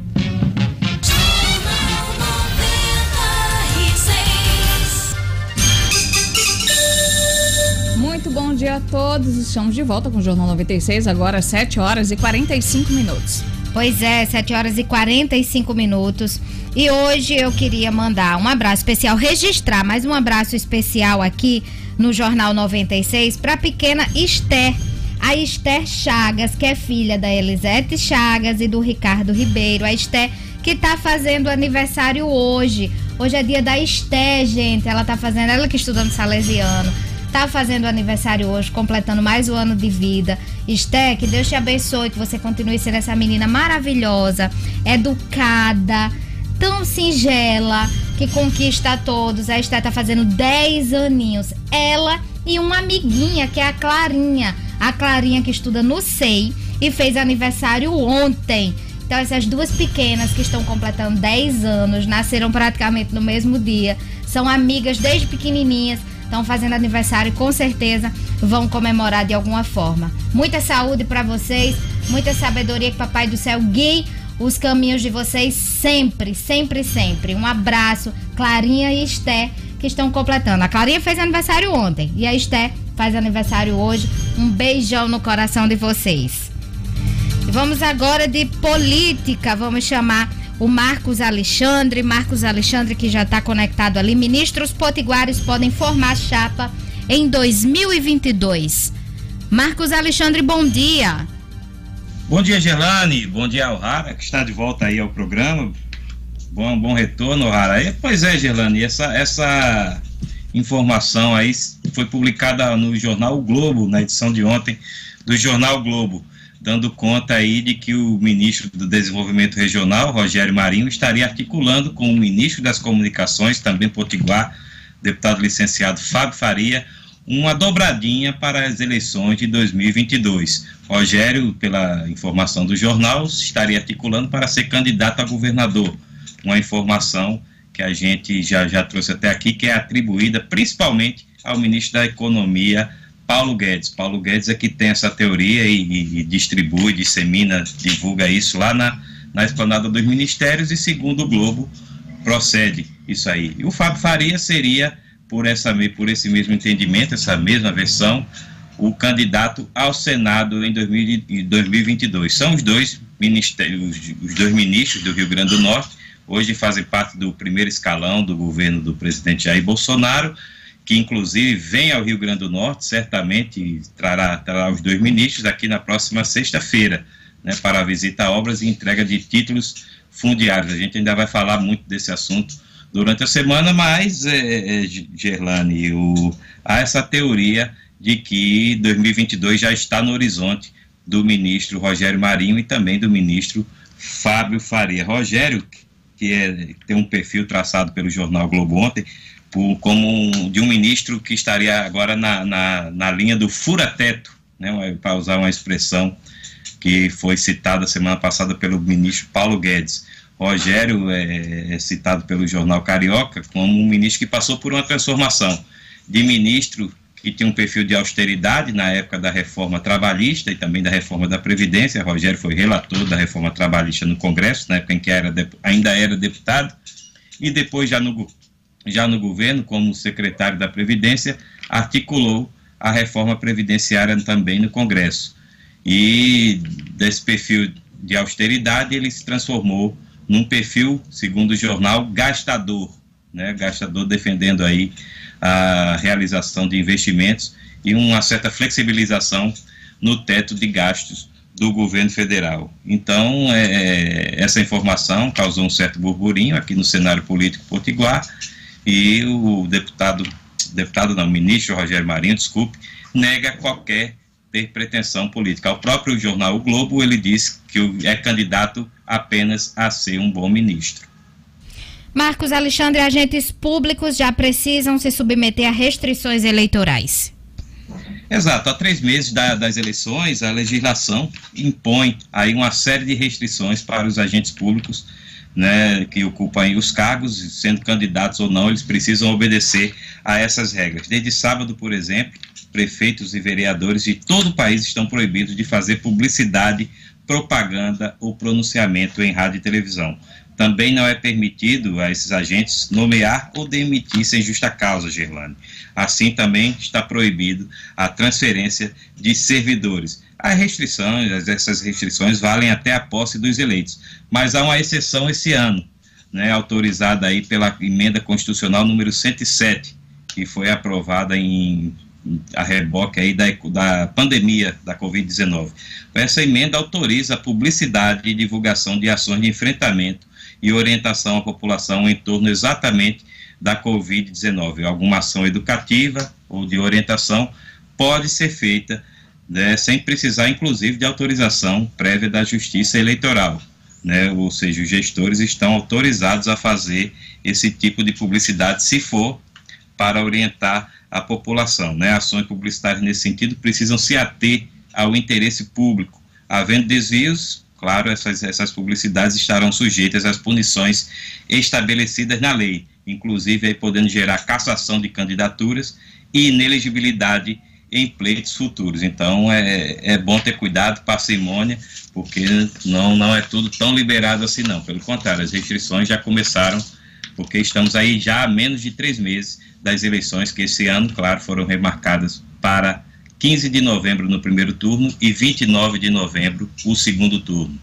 Muito bom dia a todos. Estamos de volta com o Jornal 96, agora 7h45. Pois é, 7h45. E hoje eu queria mandar um abraço especial, registrar mais um abraço especial aqui no Jornal 96 para a pequena Esther. A Esther Chagas, que é filha da Elisete Chagas e do Ricardo Ribeiro. A Esther que está fazendo aniversário hoje. Hoje é dia da Esther, gente. Ela que estuda no Salesiano. Tá fazendo aniversário hoje, completando mais um ano de vida. Esther, que Deus te abençoe, que você continue sendo essa menina maravilhosa, educada, tão singela, que conquista a todos. A Esther tá fazendo 10 aninhos. Ela e uma amiguinha, que é a Clarinha. A Clarinha que estuda no SEI e fez aniversário ontem. Então essas duas pequenas que estão completando 10 anos, nasceram praticamente no mesmo dia, são amigas desde pequenininhas, estão fazendo aniversário e com certeza vão comemorar de alguma forma. Muita saúde para vocês, muita sabedoria, que Papai do Céu guie os caminhos de vocês sempre, sempre, sempre. Um abraço, Clarinha e Esther, que estão completando. A Clarinha fez aniversário ontem e a Esther faz aniversário hoje. Um beijão no coração de vocês. E vamos agora de política, vamos chamar o Marcos Alexandre, que já está conectado ali. Ministros potiguares podem formar chapa em 2022. Marcos Alexandre, bom dia. Bom dia, Gerlane. Bom dia, O'Hara, que está de volta aí ao programa. Bom retorno, O'Hara. Pois é, Gerlane, essa informação aí foi publicada no jornal o Globo, na edição de ontem do jornal Globo, dando conta aí de que o ministro do Desenvolvimento Regional, Rogério Marinho, estaria articulando com o ministro das Comunicações, também potiguar, deputado licenciado Fábio Faria, uma dobradinha para as eleições de 2022. Rogério, pela informação do jornal, estaria articulando para ser candidato a governador. Uma informação que a gente já trouxe até aqui, que é atribuída principalmente ao ministro da Economia, Paulo Guedes. Paulo Guedes é que tem essa teoria e distribui, dissemina, divulga isso lá na esplanada dos ministérios e, segundo o Globo, procede isso aí. E o Fábio Faria seria, por esse mesmo entendimento, essa mesma versão, o candidato ao Senado em 2022. São os dois ministros do Rio Grande do Norte, hoje fazem parte do primeiro escalão do governo do presidente Jair Bolsonaro, que inclusive vem ao Rio Grande do Norte, certamente trará os dois ministros aqui na próxima sexta-feira, né, para a visita a obras e entrega de títulos fundiários. A gente ainda vai falar muito desse assunto durante a semana, mas, Gerlane, há essa teoria de que 2022 já está no horizonte do ministro Rogério Marinho e também do ministro Fábio Faria. Rogério, que tem um perfil traçado pelo jornal Globo ontem, como de um ministro que estaria agora na linha do fura-teto, né, para usar uma expressão que foi citada semana passada pelo ministro Paulo Guedes. Rogério é citado pelo jornal Carioca como um ministro que passou por uma transformação de ministro que tinha um perfil de austeridade na época da reforma trabalhista e também da reforma da Previdência. Rogério foi relator da reforma trabalhista no Congresso, na época em que ainda era deputado, e depois já no governo, como secretário da Previdência, articulou a reforma previdenciária também no Congresso. E desse perfil de austeridade, ele se transformou num perfil, segundo o jornal, gastador, né? Gastador, defendendo aí a realização de investimentos e uma certa flexibilização no teto de gastos do governo federal. Então, essa informação causou um certo burburinho aqui no cenário político potiguar, e o ministro Rogério Marinho, nega qualquer pretensão política. Ao próprio jornal O Globo, ele disse que é candidato apenas a ser um bom ministro. Marcos Alexandre, agentes públicos já precisam se submeter a restrições eleitorais. Exato, há 3 meses das eleições, a legislação impõe aí uma série de restrições para os agentes públicos, né, que ocupam os cargos, sendo candidatos ou não, eles precisam obedecer a essas regras. Desde sábado, por exemplo, prefeitos e vereadores de todo o país estão proibidos de fazer publicidade, propaganda ou pronunciamento em rádio e televisão. Também não é permitido a esses agentes nomear ou demitir sem justa causa, Gerlane. Assim, também está proibido a transferência de servidores. Essas restrições valem até a posse dos eleitos, mas há uma exceção esse ano, né, autorizada aí pela emenda constitucional número 107, que foi aprovada a reboque aí da pandemia da Covid-19. Essa emenda autoriza a publicidade e divulgação de ações de enfrentamento e orientação à população em torno exatamente da Covid-19. Alguma ação educativa ou de orientação pode ser feita, né, sem precisar, inclusive, de autorização prévia da Justiça Eleitoral, né? Ou seja, os gestores estão autorizados a fazer esse tipo de publicidade, se for para orientar a população, né? Ações publicitárias nesse sentido precisam se ater ao interesse público. Havendo desvios, claro, essas publicidades estarão sujeitas às punições estabelecidas na lei, inclusive aí podendo gerar cassação de candidaturas e inelegibilidade em pleitos futuros. Então é bom ter cuidado, parcimônia, porque não é tudo tão liberado assim não. Pelo contrário, as restrições já começaram, porque estamos aí já há menos de 3 meses das eleições, que esse ano, claro, foram remarcadas para 15 de novembro no primeiro turno e 29 de novembro o segundo turno.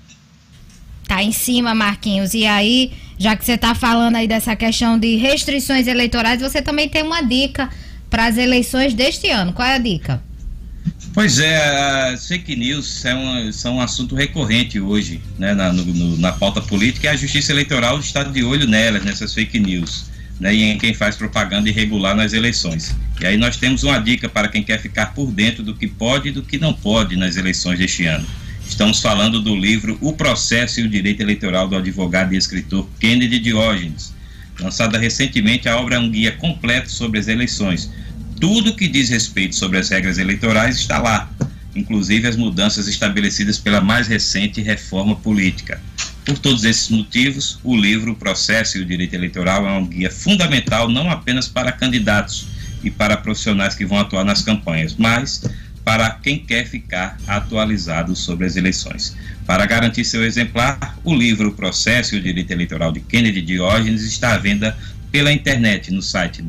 Tá em cima, Marquinhos. E aí, já que você está falando aí dessa questão de restrições eleitorais, você também tem uma dica para as eleições deste ano. Qual é a dica? Pois é, as fake news são um assunto recorrente hoje, né, na pauta política, e a Justiça Eleitoral está de olho nelas, nessas fake news, né, e em quem faz propaganda irregular nas eleições. E aí nós temos uma dica para quem quer ficar por dentro do que pode e do que não pode nas eleições deste ano. Estamos falando do livro O Processo e o Direito Eleitoral do advogado e escritor Kennedy Diógenes. Lançada recentemente, a obra é um guia completo sobre as eleições. Tudo que diz respeito sobre as regras eleitorais está lá, inclusive as mudanças estabelecidas pela mais recente reforma política. Por todos esses motivos, o livro O Processo e o Direito Eleitoral é um guia fundamental não apenas para candidatos e para profissionais que vão atuar nas campanhas, mas para quem quer ficar atualizado sobre as eleições. Para garantir seu exemplar, o livro O Processo e o Direito Eleitoral de Kennedy Diógenes está à venda pela internet no site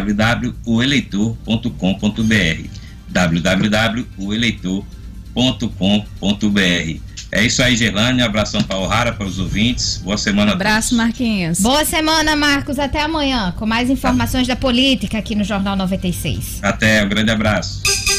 www.oeleitor.com.br www.oeleitor.com.br. É isso aí, Gerlane, um abração para o O'Hara, para os ouvintes, boa semana a todos. Abraço, Marquinhos. Boa semana, Marcos, até amanhã, com mais informações da política aqui no Jornal 96. Até, um grande abraço.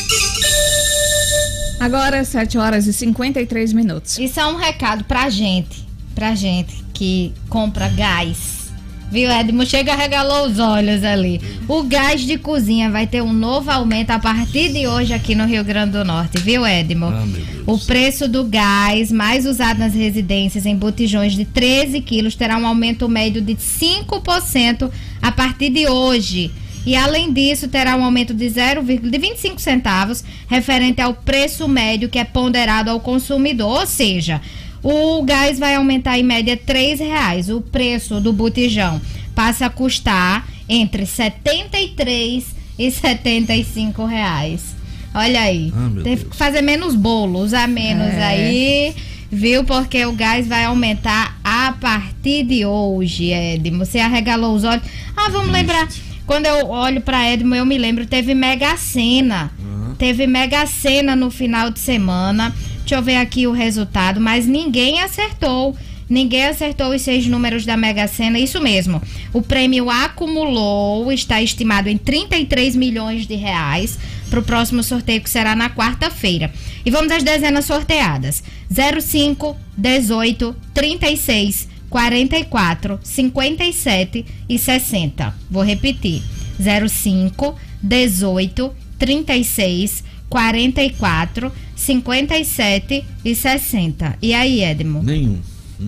Agora, 7h53. Isso é um recado pra gente que compra gás. Viu, Edmo? Chega, regalou os olhos ali. O gás de cozinha vai ter um novo aumento a partir de hoje aqui no Rio Grande do Norte, viu, Edmo? O preço do gás mais usado nas residências em botijões de 13 quilos terá um aumento médio de 5% a partir de hoje. E além disso, terá um aumento de 25 centavos referente ao preço médio que é ponderado ao consumidor, ou seja, o gás vai aumentar em média R$3. O preço do botijão passa a custar entre R$73 e R$75. Olha aí, teve que fazer menos bolo, usar menos aí, viu? Porque o gás vai aumentar a partir de hoje, Edmo. Você arregalou os olhos. Vamos lembrar. Quando eu olho pra Edmo, eu me lembro, teve Mega Sena. Teve Mega Sena no final de semana. Deixa eu ver aqui o resultado, mas ninguém acertou. Ninguém acertou os 6 números da Mega Sena, isso mesmo. O prêmio acumulou, está estimado em R$33 milhões para o próximo sorteio, que será na quarta-feira. E vamos às dezenas sorteadas: 05, 18, 36, 44, 57 e 60. Vou repetir: 05, 18, 36, 44, 57 e 60. E aí, Edmo? Nenhum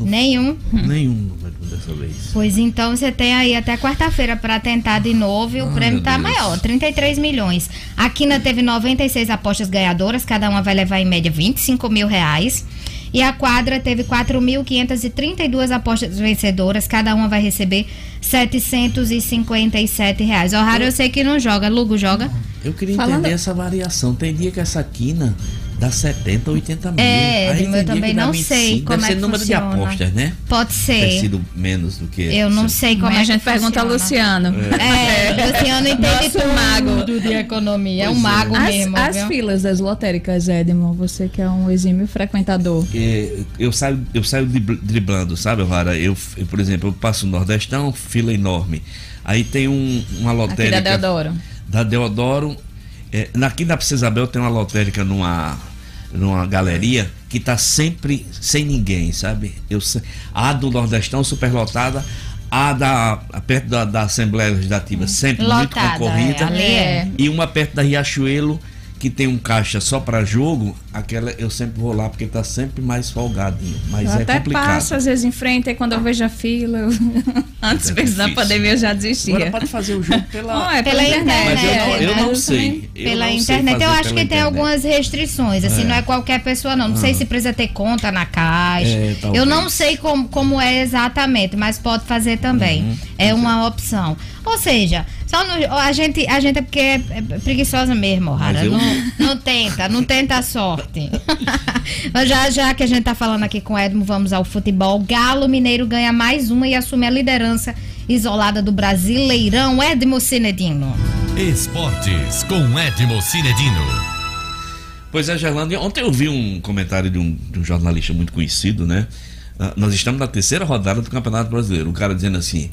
dessa vez. Pois então você tem aí até quarta-feira para tentar de novo e o prêmio tá maior, 33 milhões. A Quina teve 96 apostas ganhadoras, cada uma vai levar em média R$25 mil. E a Quadra teve 4.532 apostas vencedoras, cada uma vai receber R$757. O'Hara, eu sei que não joga. Lugo joga? Eu queria entender essa variação. Tem dia que essa quina dá 70, 80 mil. Eu também não sei como é que número funciona. De apostas, né? Pode ser. Ter sido menos do que... Eu não sei como é que a gente pergunta a Luciano. Luciano entende tudo mago de economia. É um mago mesmo. As filas das lotéricas, Edmo, você que é um exímio frequentador. Eu saio driblando, sabe, O'Hara? Eu, por exemplo, eu passo no Nordestão, fila enorme. Aí tem uma lotérica... Aqui da Deodoro. Aqui na Princesa Isabel tem uma lotérica numa galeria que tá sempre sem ninguém, sabe? A do Nordestão superlotada, perto da Assembleia Legislativa sempre lotada, muito concorrida, e uma perto da Riachuelo que tem um caixa só para jogo, aquela eu sempre vou lá porque tá sempre mais folgadinho, mas eu é até complicado. Passo às vezes em frente, aí quando eu vejo a fila, antes da pandemia eu já desistia. Agora pode fazer o jogo pela internet. Mas eu não sei. Pela internet eu acho que tem algumas restrições, assim, não é qualquer pessoa não sei se precisa ter conta na caixa, eu não sei como é exatamente, mas pode fazer também, é uma opção. Ou seja, a gente é porque é preguiçosa mesmo, O'Hara. Não tenta a sorte. Mas já que a gente tá falando aqui com o Edmo, vamos ao futebol. Galo Mineiro ganha mais uma e assume a liderança isolada do Brasileirão. Edmo Cinedino. Esportes com Edmo Cinedino. Pois é, Gerlane, ontem eu vi um comentário de um jornalista muito conhecido, né? Nós estamos na terceira rodada do Campeonato Brasileiro. O cara dizendo assim: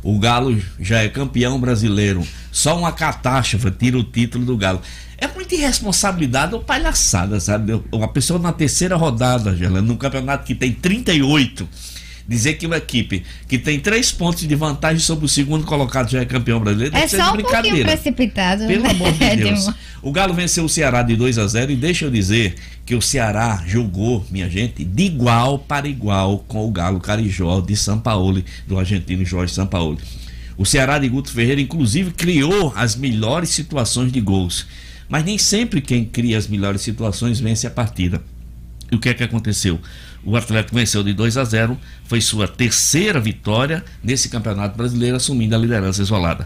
O Galo já é campeão brasileiro. Só uma catástrofe tira o título do Galo. É muita irresponsabilidade ou palhaçada, sabe? Uma pessoa na terceira rodada, Gerlane, num campeonato que tem 38, dizer que uma equipe que tem 3 pontos de vantagem sobre o segundo colocado já é campeão brasileiro, é só um pouquinho precipitado. Pelo amor de Deus. O Galo venceu o Ceará de 2-0 e deixa eu dizer que o Ceará jogou, minha gente, de igual para igual com o Galo Carijó de Sampaoli, do argentino Jorge Sampaoli. O Ceará de Guto Ferreira, inclusive, criou as melhores situações de gols. Mas nem sempre quem cria as melhores situações vence a partida. E o que é que aconteceu? O Atlético venceu de 2-0, foi sua terceira vitória nesse Campeonato Brasileiro, assumindo a liderança isolada.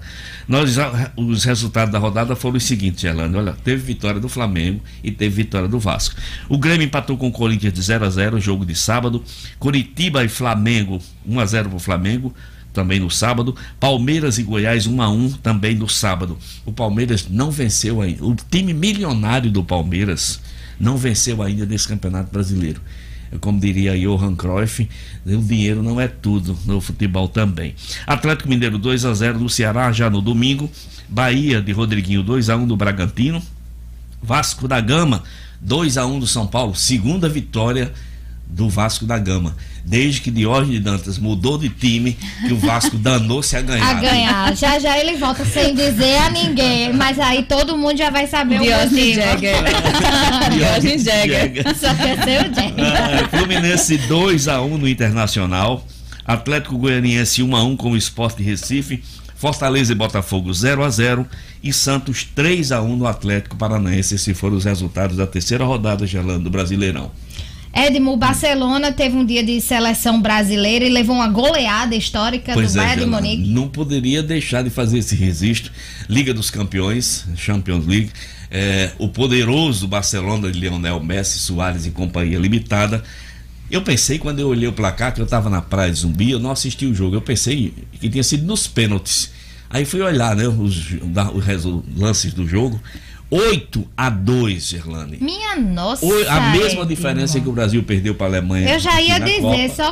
Os resultados da rodada foram os seguintes, Gerlane. Olha, teve vitória do Flamengo e teve vitória do Vasco. O Grêmio empatou com o Corinthians de 0-0, jogo de sábado. Curitiba e Flamengo, 1-0 para o Flamengo, também no sábado. Palmeiras e Goiás 1-1 também no sábado. O Palmeiras não venceu ainda. O time milionário do Palmeiras não venceu ainda nesse Campeonato Brasileiro. Como diria Johan Cruyff, o dinheiro não é tudo no futebol também. Atlético Mineiro 2-0 no Ceará já no domingo. Bahia de Rodriguinho 2-1 do Bragantino. Vasco da Gama 2-1 do São Paulo, segunda vitória do Vasco da Gama, desde que Diógenes Dantas mudou de time, que o Vasco danou-se a ganhar. Já ele volta sem dizer a ninguém, mas aí todo mundo já vai saber o motivo. Diógenes Jäger. Só quer ser o Jäger. Fluminense 2-1 no Internacional. Atlético Goianiense 1-1 com o Sport de Recife. Fortaleza e Botafogo 0-0 e Santos 3-1 no Atlético Paranaense. Esses foram os resultados da terceira rodada, Gerlane, do Brasileirão. Edmo, o Barcelona teve um dia de seleção brasileira e levou uma goleada histórica do Bayern de Munique. Não poderia deixar de fazer esse registro. Liga dos Campeões, Champions League, o poderoso Barcelona de Lionel Messi, Suárez e Companhia Limitada. Eu pensei, quando eu olhei o placar, que eu estava na Praia de Zumbi, eu não assisti o jogo, eu pensei que tinha sido nos pênaltis. Aí fui olhar, né, os lances do jogo. 8-2, Gerlane. Minha nossa. A mesma diferença que o Brasil perdeu para a Alemanha. Eu já ia dizer, Copa. Só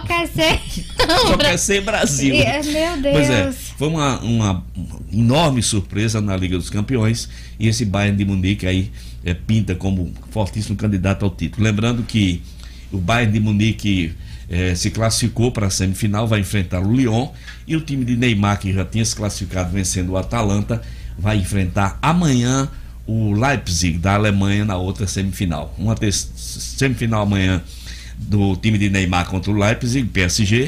quer ser Brasil. Meu Deus. Pois é, foi uma enorme surpresa na Liga dos Campeões. E esse Bayern de Munique aí pinta como fortíssimo candidato ao título. Lembrando que o Bayern de Munique se classificou para a semifinal, vai enfrentar o Lyon. E o time de Neymar, que já tinha se classificado vencendo o Atalanta, vai enfrentar amanhã o Leipzig da Alemanha na outra semifinal. Uma semifinal amanhã do time de Neymar contra o Leipzig, PSG,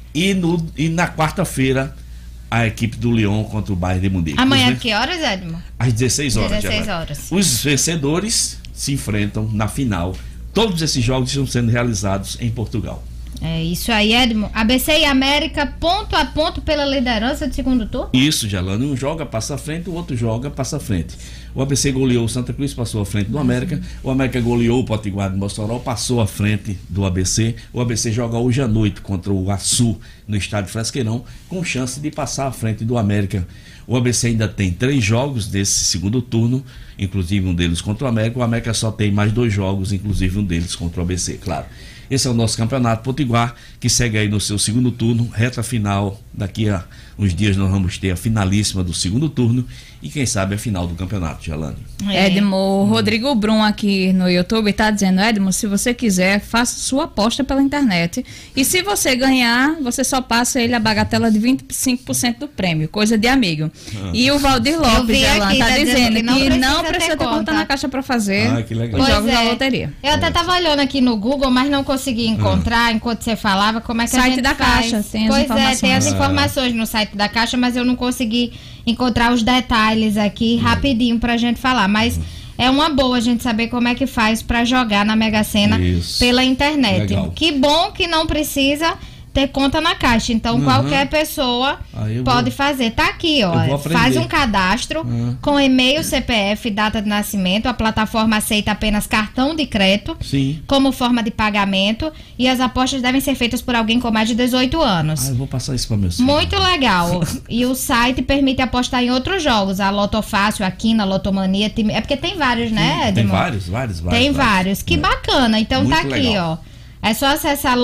e na quarta-feira a equipe do Lyon contra o Bayern de Munique. Amanhã que horas, Edmo? Às 16 horas. 16 horas. Os vencedores se enfrentam na final. Todos esses jogos estão sendo realizados em Portugal. É isso aí, Edmo. ABC e América ponto a ponto pela liderança do segundo turno? Isso, Gerlane. Um joga, passa à frente, o outro joga, passa à frente. O ABC goleou o Santa Cruz, passou à frente do América. O América goleou o Potiguar de Mossoró, passou à frente do ABC. O ABC joga hoje à noite contra o Açu no estádio Fresqueirão, com chance de passar à frente do América. O ABC ainda tem 3 jogos desse segundo turno, inclusive um deles contra o América. O América só tem mais 2 jogos, inclusive um deles contra o ABC, claro. Esse é o nosso campeonato Potiguar, que segue aí no seu segundo turno, reta final. Daqui a uns dias nós vamos ter a finalíssima do segundo turno e quem sabe a final do campeonato, Gerlane. Edmo, o Rodrigo Brum aqui no YouTube está dizendo: Edmo, se você quiser, faça sua aposta pela internet e se você ganhar, você só passa ele a bagatela de 25% do prêmio, coisa de amigo. E o Valdir Lopes, Gerlane, está dizendo que não precisa ter conta na caixa para fazer os jogos da loteria. Eu até estava olhando aqui no Google, mas não consegui encontrar, enquanto você falava, como é que site a gente da faz. Caixa, tem as informações. Tem as informações no site da Caixa, mas eu não consegui encontrar os detalhes aqui rapidinho pra gente falar, mas é uma boa a gente saber como é que faz pra jogar na Mega Sena pela internet. Legal. Que bom que não precisa ter conta na Caixa, então qualquer pessoa pode fazer. Tá aqui, ó, faz um cadastro com e-mail, CPF, data de nascimento. A plataforma aceita apenas cartão de crédito como forma de pagamento e as apostas devem ser feitas por alguém com mais de 18 anos. Eu vou passar isso para meu filho. Muito legal. E o site permite apostar em outros jogos, a Loto Fácil, a Quina, a Lotomania, é porque tem vários, né, Edmo? Tem vários. Tem vários. Que bacana. Então muito tá aqui, legal. Ó. É só acessar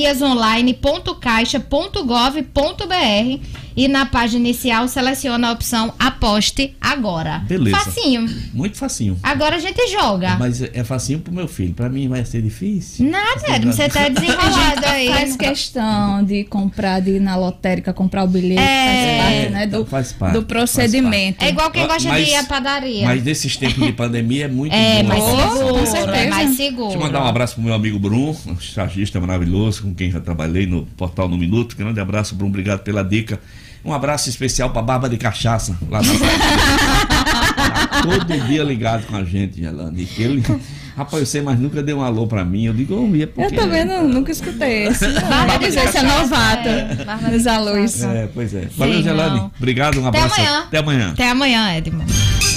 loteriasonline.caixa.gov.br e na página inicial seleciona a opção Aposte Agora. Beleza. Facinho. Muito facinho. Agora a gente joga. Mas é facinho pro meu filho. Pra mim vai ser difícil. Nada, Edmo, você tá desenrolado aí. Faz questão de ir na lotérica, comprar o bilhete, faz parte, né, do procedimento. É igual quem gosta de ir à padaria. Mas nesses tempos de pandemia é muito mais seguro, com certeza. é mais seguro. Deixa eu mandar um abraço pro meu amigo Bruno, um chargista maravilhoso, com quem já trabalhei no Portal No Minuto. Grande abraço, Bruno, obrigado pela dica. Um abraço especial pra Barba de Cachaça, lá na todo dia ligado com a gente, Gelane. Ele, rapaz, eu sei, mas nunca deu um alô pra mim. Eu digo, eu também nunca escutei esse. Barba de Cachaça é novato. Nos alôs. Pois é. Valeu, Gelane. Obrigado, um abraço. Até amanhã. Até amanhã, Edmond.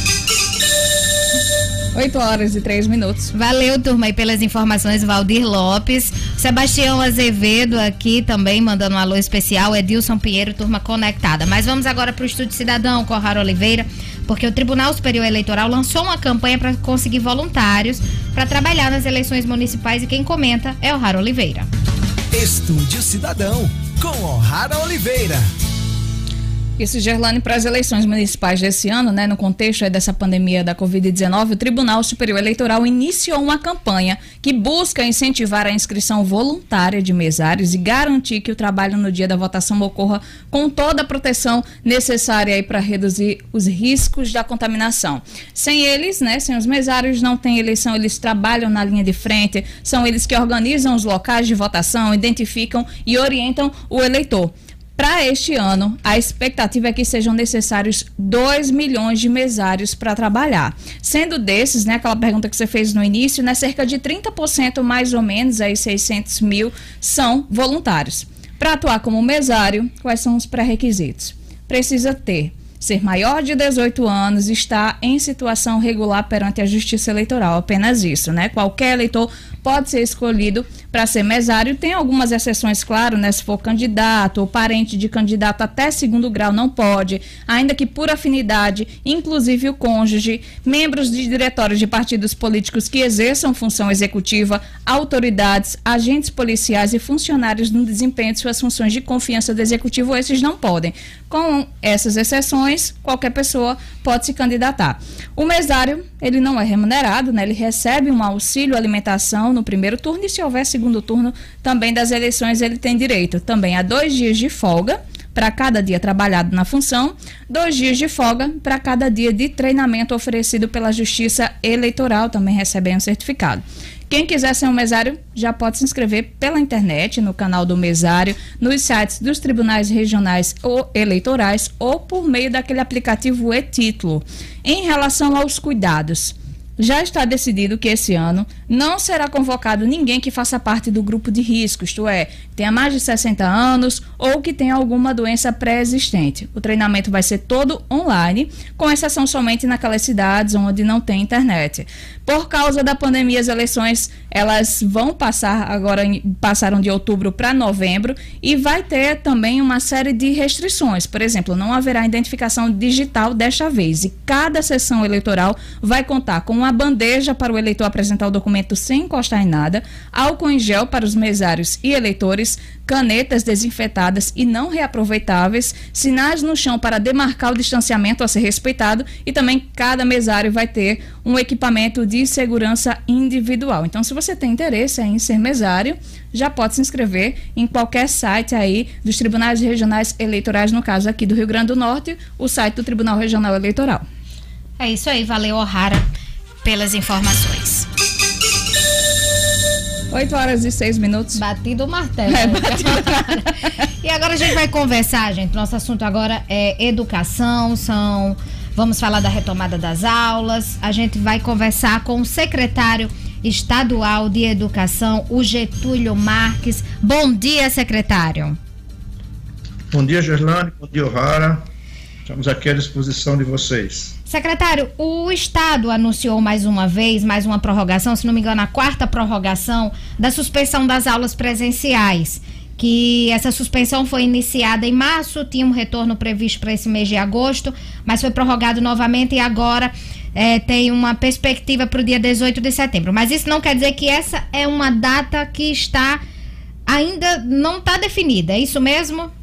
8h03. Valeu, turma, aí pelas informações, Valdir Lopes. Sebastião Azevedo aqui também mandando um alô especial. Edilson Pinheiro, turma conectada. Mas vamos agora para o Estúdio Cidadão com O'Hara Oliveira, porque o Tribunal Superior Eleitoral lançou uma campanha para conseguir voluntários para trabalhar nas eleições municipais e quem comenta é O'Hara Oliveira. Estúdio Cidadão com O'Hara Oliveira. Isso, Gerlane, para as eleições municipais desse ano, né, no contexto dessa pandemia da Covid-19, o Tribunal Superior Eleitoral iniciou uma campanha que busca incentivar a inscrição voluntária de mesários e garantir que o trabalho no dia da votação ocorra com toda a proteção necessária para reduzir os riscos da contaminação. Sem eles, né, sem os mesários, não tem eleição, eles trabalham na linha de frente, são eles que organizam os locais de votação, identificam e orientam o eleitor. Para este ano, a expectativa é que sejam necessários 2 milhões de mesários para trabalhar. Sendo desses, né, aquela pergunta que você fez no início, né, cerca de 30% mais ou menos, aí 600 mil, são voluntários. Para atuar como mesário, quais são os pré-requisitos? Precisa ser maior de 18 anos e estar em situação regular perante a Justiça Eleitoral. Apenas isso, né? Qualquer eleitor pode ser escolhido para ser mesário. Tem algumas exceções, claro, né? Se for candidato ou parente de candidato até 2º grau, não pode. Ainda que por afinidade, inclusive o cônjuge, membros de diretórios de partidos políticos que exerçam função executiva, autoridades, agentes policiais e funcionários no desempenho de suas funções de confiança do executivo, esses não podem. Com essas exceções, qualquer pessoa pode se candidatar. O mesário, ele não é remunerado, né? Ele recebe um auxílio alimentação no primeiro turno e se houver 2º turno também das eleições ele tem direito também a 2 dias de folga para cada dia trabalhado na função, 2 dias de folga para cada dia de treinamento oferecido pela Justiça Eleitoral, também recebe um certificado. Quem quiser ser um mesário já pode se inscrever pela internet, no canal do mesário, nos sites dos tribunais regionais ou eleitorais ou por meio daquele aplicativo e-Título. Em relação aos cuidados, já está decidido que esse ano não será convocado ninguém que faça parte do grupo de risco, isto é, tenha mais de 60 anos ou que tenha alguma doença pré-existente. O treinamento vai ser todo online, com exceção somente naquelas cidades onde não tem internet. Por causa da pandemia, as eleições elas vão passar agora, passaram de outubro para novembro e vai ter também uma série de restrições. Por exemplo, não haverá identificação digital desta vez e cada sessão eleitoral vai contar com uma bandeja para o eleitor apresentar o documento sem encostar em nada, álcool em gel para os mesários e eleitores, canetas desinfetadas e não reaproveitáveis, sinais no chão para demarcar o distanciamento a ser respeitado e também cada mesário vai ter um equipamento de segurança individual. Então, se você tem interesse em ser mesário, já pode se inscrever em qualquer site aí dos tribunais regionais eleitorais, no caso aqui do Rio Grande do Norte, o site do Tribunal Regional Eleitoral. É isso aí, valeu, O'Hara, pelas informações. 8h06. Batido o martelo. E agora a gente vai conversar, gente. Nosso assunto agora é educação, vamos falar da retomada das aulas. A gente vai conversar com o secretário estadual de educação, o Getúlio Marques. Bom dia, secretário. Bom dia, Gerlane. Bom dia, O'Hara. Estamos aqui à disposição de vocês. Secretário, o Estado anunciou mais uma prorrogação, se não me engano, a 4ª prorrogação da suspensão das aulas presenciais, que essa suspensão foi iniciada em março, tinha um retorno previsto para esse mês de agosto, mas foi prorrogado novamente e agora tem uma perspectiva para o dia 18 de setembro. Mas isso não quer dizer que essa é uma data que ainda não está definida, é isso mesmo?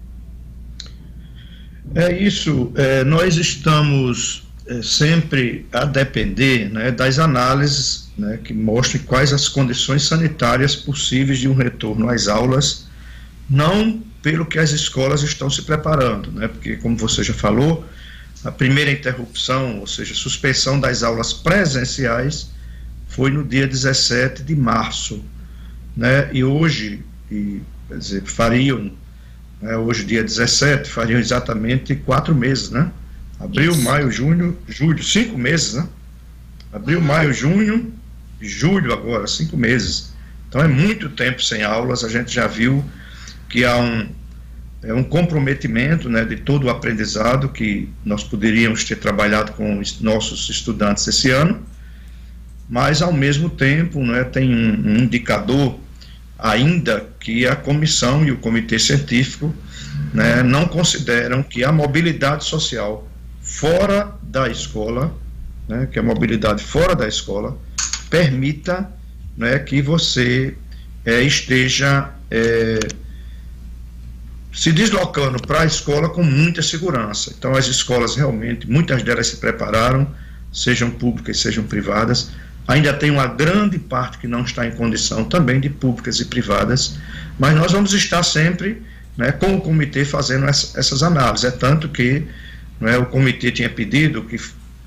É isso, nós estamos sempre a depender, né, das análises, né, que mostrem quais as condições sanitárias possíveis de um retorno às aulas, não pelo que as escolas estão se preparando, né, porque, como você já falou, a primeira interrupção, ou seja, suspensão das aulas presenciais, foi no dia 17 de março, né, e hoje, quer dizer, fariam, hoje dia 17, fariam exatamente 4 meses, né? Abril, maio, junho, julho, 5 meses, né? Abril, maio, junho, julho agora, 5 meses. Então é muito tempo sem aulas, a gente já viu que há um comprometimento, né, de todo o aprendizado que nós poderíamos ter trabalhado com os nossos estudantes esse ano, mas ao mesmo tempo, né, tem um indicador ainda que a comissão e o comitê científico, né, não consideram que a mobilidade social fora da escola, né, que a mobilidade fora da escola permita, né, que você esteja se deslocando para a escola com muita segurança. Então as escolas realmente, muitas delas se prepararam, sejam públicas, sejam privadas. Ainda tem uma grande parte que não está em condição também de públicas e privadas, mas nós vamos estar sempre, né, com o comitê fazendo essas análises. É tanto que, né, o comitê tinha pedido que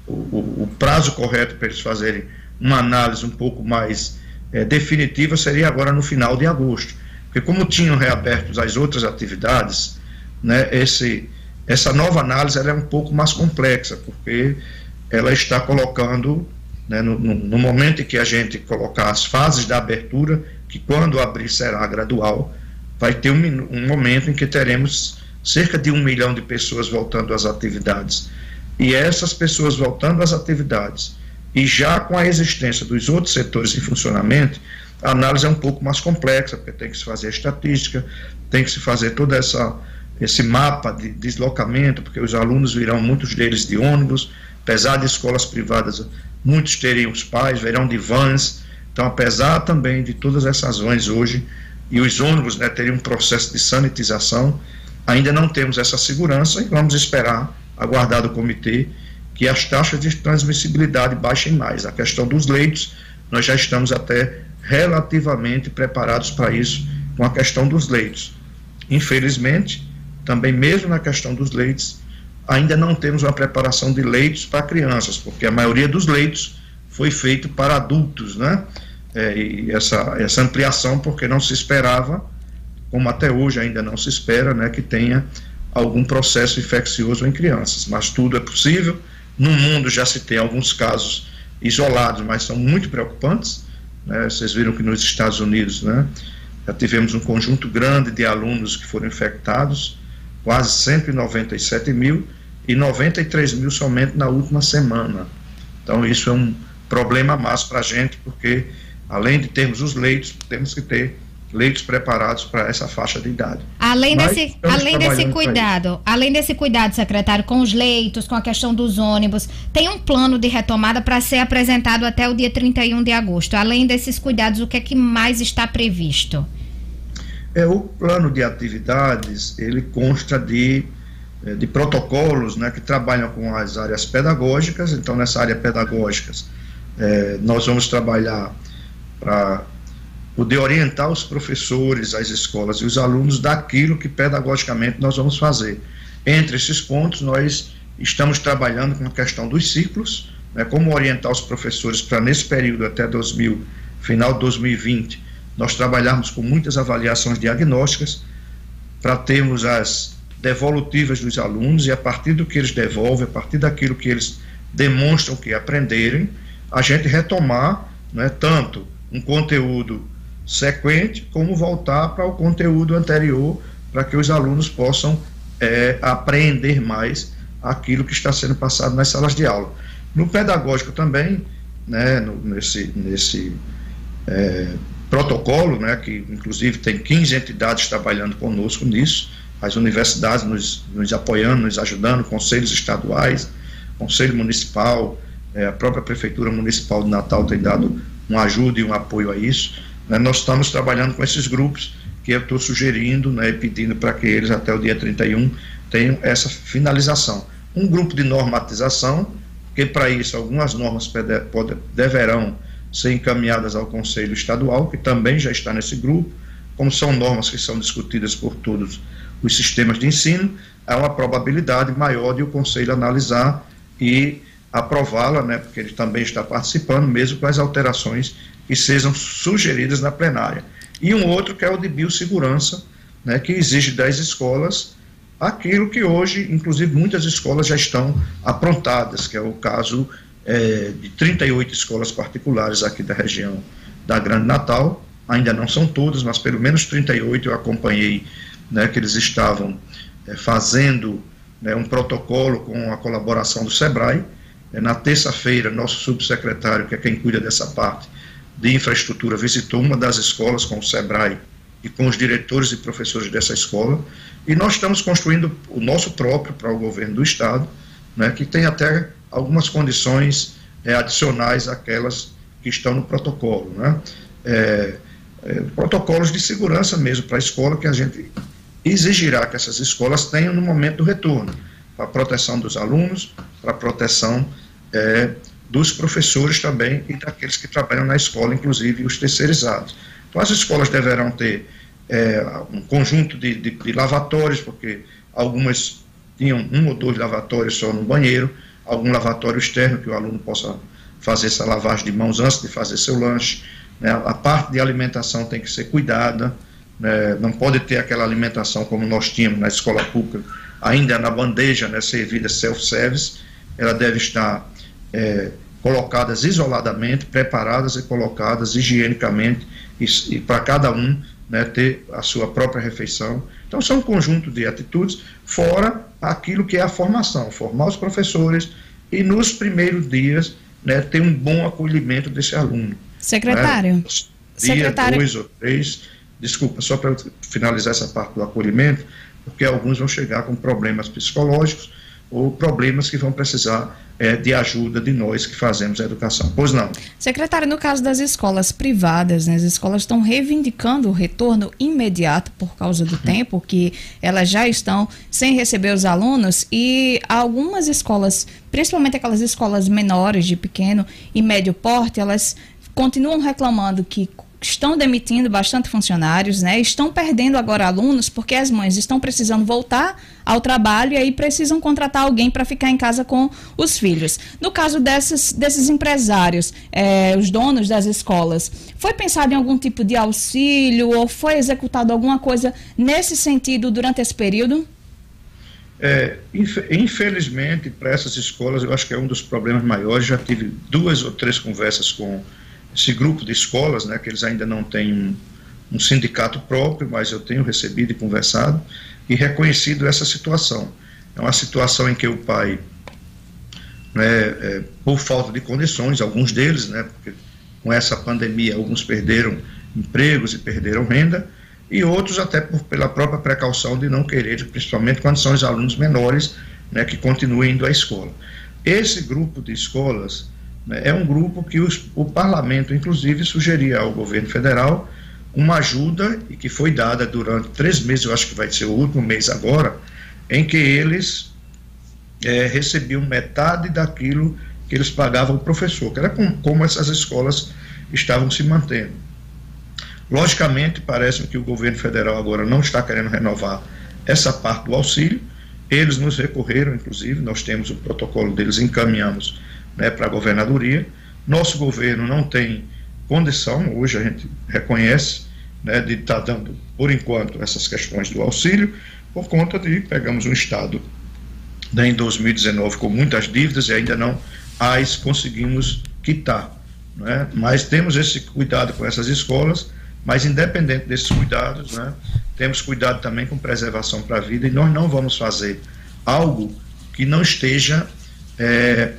o prazo correto para eles fazerem uma análise um pouco mais definitiva seria agora no final de agosto, porque como tinham reabertos as outras atividades, né, essa nova análise ela é um pouco mais complexa, porque ela está colocando, né, no momento em que a gente colocar as fases da abertura, que quando abrir será gradual, vai ter um momento em que teremos cerca de 1 milhão de pessoas voltando às atividades. E essas pessoas voltando às atividades, e já com a existência dos outros setores em funcionamento, a análise é um pouco mais complexa, porque tem que se fazer a estatística, tem que se fazer todo esse mapa de deslocamento, porque os alunos virão, muitos deles de ônibus, apesar de escolas privadas, muitos teriam os pais, virão de vans. Então, apesar também de todas essas vans hoje, e os ônibus, né, teriam um processo de sanitização, ainda não temos essa segurança e vamos esperar, aguardar do comitê, que as taxas de transmissibilidade baixem mais. A questão dos leitos, nós já estamos até relativamente preparados para isso, com a questão dos leitos. Infelizmente, também mesmo na questão dos leitos, ainda não temos uma preparação de leitos para crianças, porque a maioria dos leitos foi feito para adultos, né? E essa ampliação, porque não se esperava, como até hoje ainda não se espera, né, que tenha algum processo infeccioso em crianças, mas tudo é possível. No mundo já se tem alguns casos isolados, mas são muito preocupantes, né? Vocês viram que nos Estados Unidos, né, já tivemos um conjunto grande de alunos que foram infectados, quase 197 mil, e 93 mil somente na última semana. Então isso é um problema a mais para a gente, porque além de termos os leitos, temos que ter leitos preparados para essa faixa de idade. Além desse cuidado, secretário, com os leitos, com a questão dos ônibus, tem um plano de retomada para ser apresentado até o dia 31 de agosto. Além desses cuidados, o que é que mais está previsto? O plano de atividades, ele consta de protocolos, né, que trabalham com as áreas pedagógicas. Então, nessa área pedagógica, nós vamos trabalhar para poder orientar os professores, as escolas e os alunos daquilo que pedagogicamente nós vamos fazer. Entre esses pontos, nós estamos trabalhando com a questão dos ciclos, né, como orientar os professores para, nesse período até final de 2020, nós trabalharmos com muitas avaliações diagnósticas, para termos as devolutivas dos alunos, e a partir do que eles devolvem, a partir daquilo que eles demonstram que aprenderem, a gente retomar, né, tanto um conteúdo sequente, como voltar para o conteúdo anterior, para que os alunos possam aprender mais aquilo que está sendo passado nas salas de aula. No pedagógico também, né, protocolo, né, que inclusive tem 15 entidades trabalhando conosco nisso, as universidades nos apoiando, nos ajudando, conselhos estaduais, conselho municipal, a própria Prefeitura Municipal de Natal tem dado uma ajuda e um apoio a isso, né. Nós estamos trabalhando com esses grupos que eu estou sugerindo, né, e pedindo para que eles até o dia 31 tenham essa finalização. Um grupo de normatização, porque para isso algumas normas deverão ser encaminhadas ao Conselho Estadual, que também já está nesse grupo, como são normas que são discutidas por todos os sistemas de ensino, há uma probabilidade maior de o Conselho analisar e aprová-la, né, porque ele também está participando, mesmo com as alterações que sejam sugeridas na plenária. E um outro que é o de biossegurança, né, que exige das escolas aquilo que hoje, inclusive, muitas escolas já estão aprontadas, que é o caso de 38 escolas particulares aqui da região da Grande Natal, ainda não são todas, mas pelo menos 38 eu acompanhei, né, que eles estavam fazendo, né, um protocolo com a colaboração do SEBRAE. Na terça-feira, nosso subsecretário, que é quem cuida dessa parte de infraestrutura, visitou uma das escolas com o SEBRAE e com os diretores e professores dessa escola, e nós estamos construindo o nosso próprio para o governo do Estado, né, que tem até algumas condições adicionais àquelas que estão no protocolo, né? Protocolos de segurança mesmo para a escola, que a gente exigirá que essas escolas tenham no momento do retorno, para a proteção dos alunos, para a proteção dos professores também e daqueles que trabalham na escola, inclusive os terceirizados. Então, as escolas deverão ter um conjunto de lavatórios, porque algumas tinham 1 ou 2 lavatórios só no banheiro, algum lavatório externo que o aluno possa fazer essa lavagem de mãos antes de fazer seu lanche, né? A parte de alimentação tem que ser cuidada, né? Não pode ter aquela alimentação como nós tínhamos na escola pública, ainda na bandeja, né, servida self-service. Ela deve estar colocadas isoladamente, preparadas e colocadas higienicamente, e para cada um, né, ter a sua própria refeição. Então, são um conjunto de atitudes, fora aquilo que é a formação, formar os professores e, nos primeiros dias, né, ter um bom acolhimento desse aluno. Secretário. Né? Dia 2 ou 3, desculpa, só para finalizar essa parte do acolhimento, porque alguns vão chegar com problemas psicológicos ou problemas que vão precisar de ajuda de nós que fazemos a educação. Pois não. Secretário, no caso das escolas privadas, né, as escolas estão reivindicando o retorno imediato por causa do tempo, que elas já estão sem receber os alunos, e algumas escolas, principalmente aquelas escolas menores de pequeno e médio porte, elas continuam reclamando que estão demitindo bastante funcionários, né? Estão perdendo agora alunos porque as mães estão precisando voltar ao trabalho e aí precisam contratar alguém para ficar em casa com os filhos. No caso desses empresários, os donos das escolas, foi pensado em algum tipo de auxílio ou foi executado alguma coisa nesse sentido durante esse período? Infelizmente, para essas escolas, eu acho que é um dos problemas maiores. Já tive 2 ou 3 conversas com esse grupo de escolas, né, que eles ainda não têm um sindicato próprio, mas eu tenho recebido e conversado e reconhecido essa situação. É uma situação em que o pai, né, por falta de condições, alguns deles, né, porque com essa pandemia alguns perderam empregos e perderam renda, e outros até pela própria precaução de não querer, principalmente quando são os alunos menores, né, que continuem indo à escola. Esse grupo de escolas é um grupo que o parlamento, inclusive, sugeria ao governo federal uma ajuda, e que foi dada durante 3 meses, eu acho que vai ser o último mês agora, em que eles recebiam metade daquilo que eles pagavam ao professor, que era como essas escolas estavam se mantendo. Logicamente, parece que o governo federal agora não está querendo renovar essa parte do auxílio. Eles nos recorreram, inclusive, nós temos o protocolo deles, encaminhamos, né, para a governadoria. Nosso governo não tem condição, hoje a gente reconhece, né, de estar dando, por enquanto, essas questões do auxílio, por conta de pegamos um estado, né, em 2019 com muitas dívidas e ainda não as conseguimos quitar, né? Mas temos esse cuidado com essas escolas, mas independente desses cuidados, né, temos cuidado também com preservação para a vida, e nós não vamos fazer algo que não esteja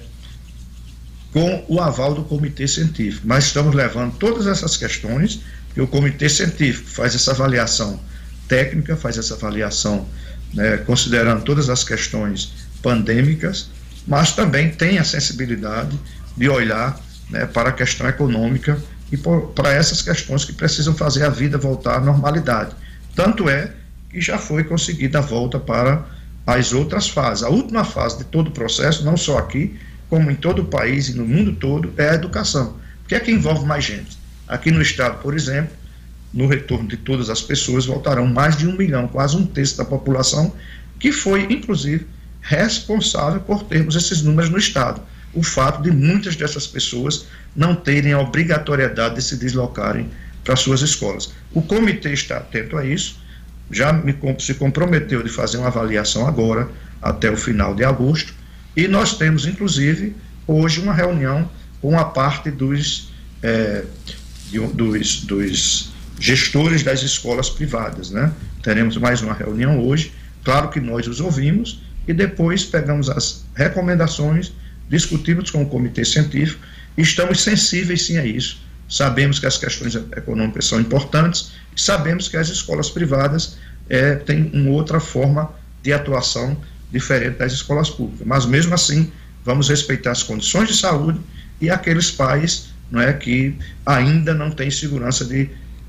com o aval do comitê científico, mas estamos levando todas essas questões que o comitê científico faz essa avaliação técnica, faz essa avaliação, né, considerando todas as questões pandêmicas, mas também tem a sensibilidade de olhar, né, para a questão econômica e para essas questões que precisam fazer a vida voltar à normalidade. Tanto é que já foi conseguida a volta para as outras fases. A última fase de todo o processo, não só aqui, como em todo o país e no mundo todo, é a educação, que é que envolve mais gente. Aqui no estado, por exemplo, no retorno de todas as pessoas, voltarão mais de 1 milhão, quase 1/3 da população, que foi, inclusive, responsável por termos esses números no estado. O fato de muitas dessas pessoas não terem a obrigatoriedade de se deslocarem para suas escolas. O comitê está atento a isso, já se comprometeu de fazer uma avaliação agora, até o final de agosto, e nós temos, inclusive, hoje uma reunião com a parte dos gestores das escolas privadas, né? Teremos mais uma reunião hoje, claro que nós os ouvimos, e depois pegamos as recomendações, discutimos com o comitê científico, e estamos sensíveis sim a isso. Sabemos que as questões econômicas são importantes, e sabemos que as escolas privadas têm uma outra forma de atuação diferente das escolas públicas, mas mesmo assim vamos respeitar as condições de saúde e aqueles pais, não é, que ainda não têm segurança de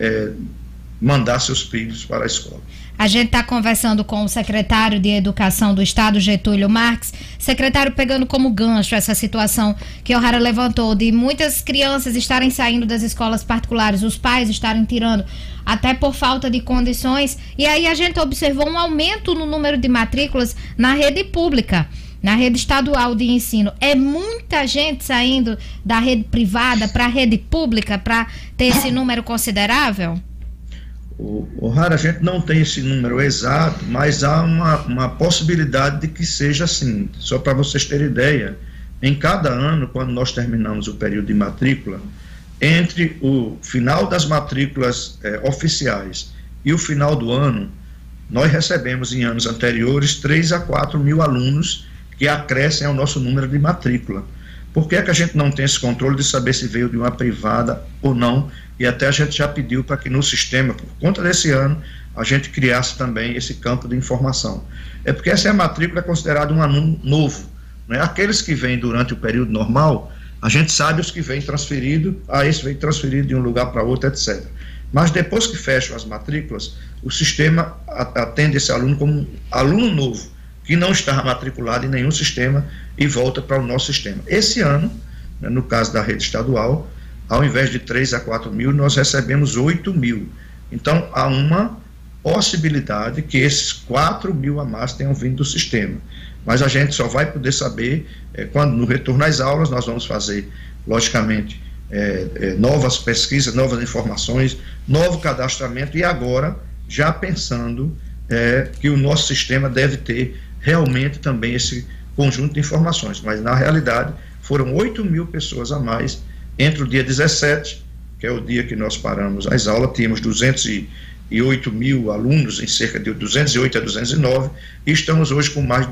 mandar seus filhos para a escola. A gente está conversando com o secretário de Educação do Estado, Getúlio Marques. Secretário, pegando como gancho essa situação que O'Hara levantou, de muitas crianças estarem saindo das escolas particulares, os pais estarem tirando, até por falta de condições, e aí a gente observou um aumento no número de matrículas na rede pública, na rede estadual de ensino. É muita gente saindo da rede privada para a rede pública para ter esse número considerável? O'Hara, a gente não tem esse número exato, mas há uma possibilidade de que seja assim. Só para vocês terem ideia, em cada ano, quando nós terminamos o período de matrícula, entre o final das matrículas oficiais e o final do ano, nós recebemos em anos anteriores 3 a 4 mil alunos que acrescem ao nosso número de matrícula. Por que é que a gente não tem esse controle de saber se veio de uma privada ou não? E até a gente já pediu para que no sistema, por conta desse ano, a gente criasse também esse campo de informação. É porque essa matrícula é considerada um aluno novo, né? Aqueles que vêm durante o período normal, a gente sabe os que vêm transferido, esse vem transferido de um lugar para outro, etc. Mas depois que fecham as matrículas, o sistema atende esse aluno como um aluno novo, que não está matriculado em nenhum sistema e volta para o nosso sistema. Esse ano, né, no caso da rede estadual, ao invés de 3 a 4 mil, nós recebemos 8 mil. Então, há uma possibilidade que esses 4 mil a mais tenham vindo do sistema. Mas a gente só vai poder saber quando, no retorno às aulas, nós vamos fazer, logicamente, novas pesquisas, novas informações, novo cadastramento, e agora, já pensando que o nosso sistema deve ter realmente também esse conjunto de informações. Mas, na realidade, foram 8 mil pessoas a mais entre o dia 17, que é o dia que nós paramos as aulas, tínhamos 208 mil alunos, em cerca de 208 a 209, e estamos hoje com mais de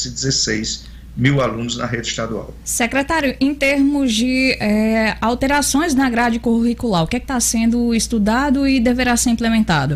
216 mil alunos na rede estadual. Secretário, em termos de alterações na grade curricular, o que está sendo estudado e deverá ser implementado?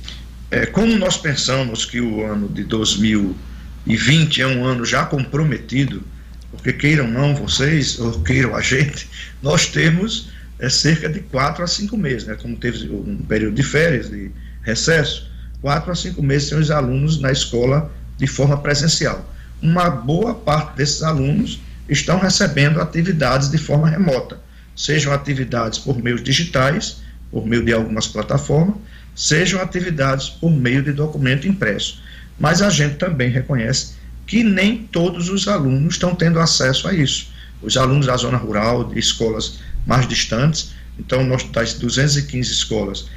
Como nós pensamos que o ano de 2020 é um ano já comprometido, porque queiram não vocês, ou queiram a gente, nós temos cerca de 4 a 5 meses, né? Como teve um período de férias, de recesso, 4 a 5 meses sem os alunos na escola de forma presencial. Uma boa parte desses alunos estão recebendo atividades de forma remota, sejam atividades por meios digitais, por meio de algumas plataformas, sejam atividades por meio de documento impresso. Mas a gente também reconhece que nem todos os alunos estão tendo acesso a isso. Os alunos da zona rural, de escolas mais distantes, então nós, das 215 escolas,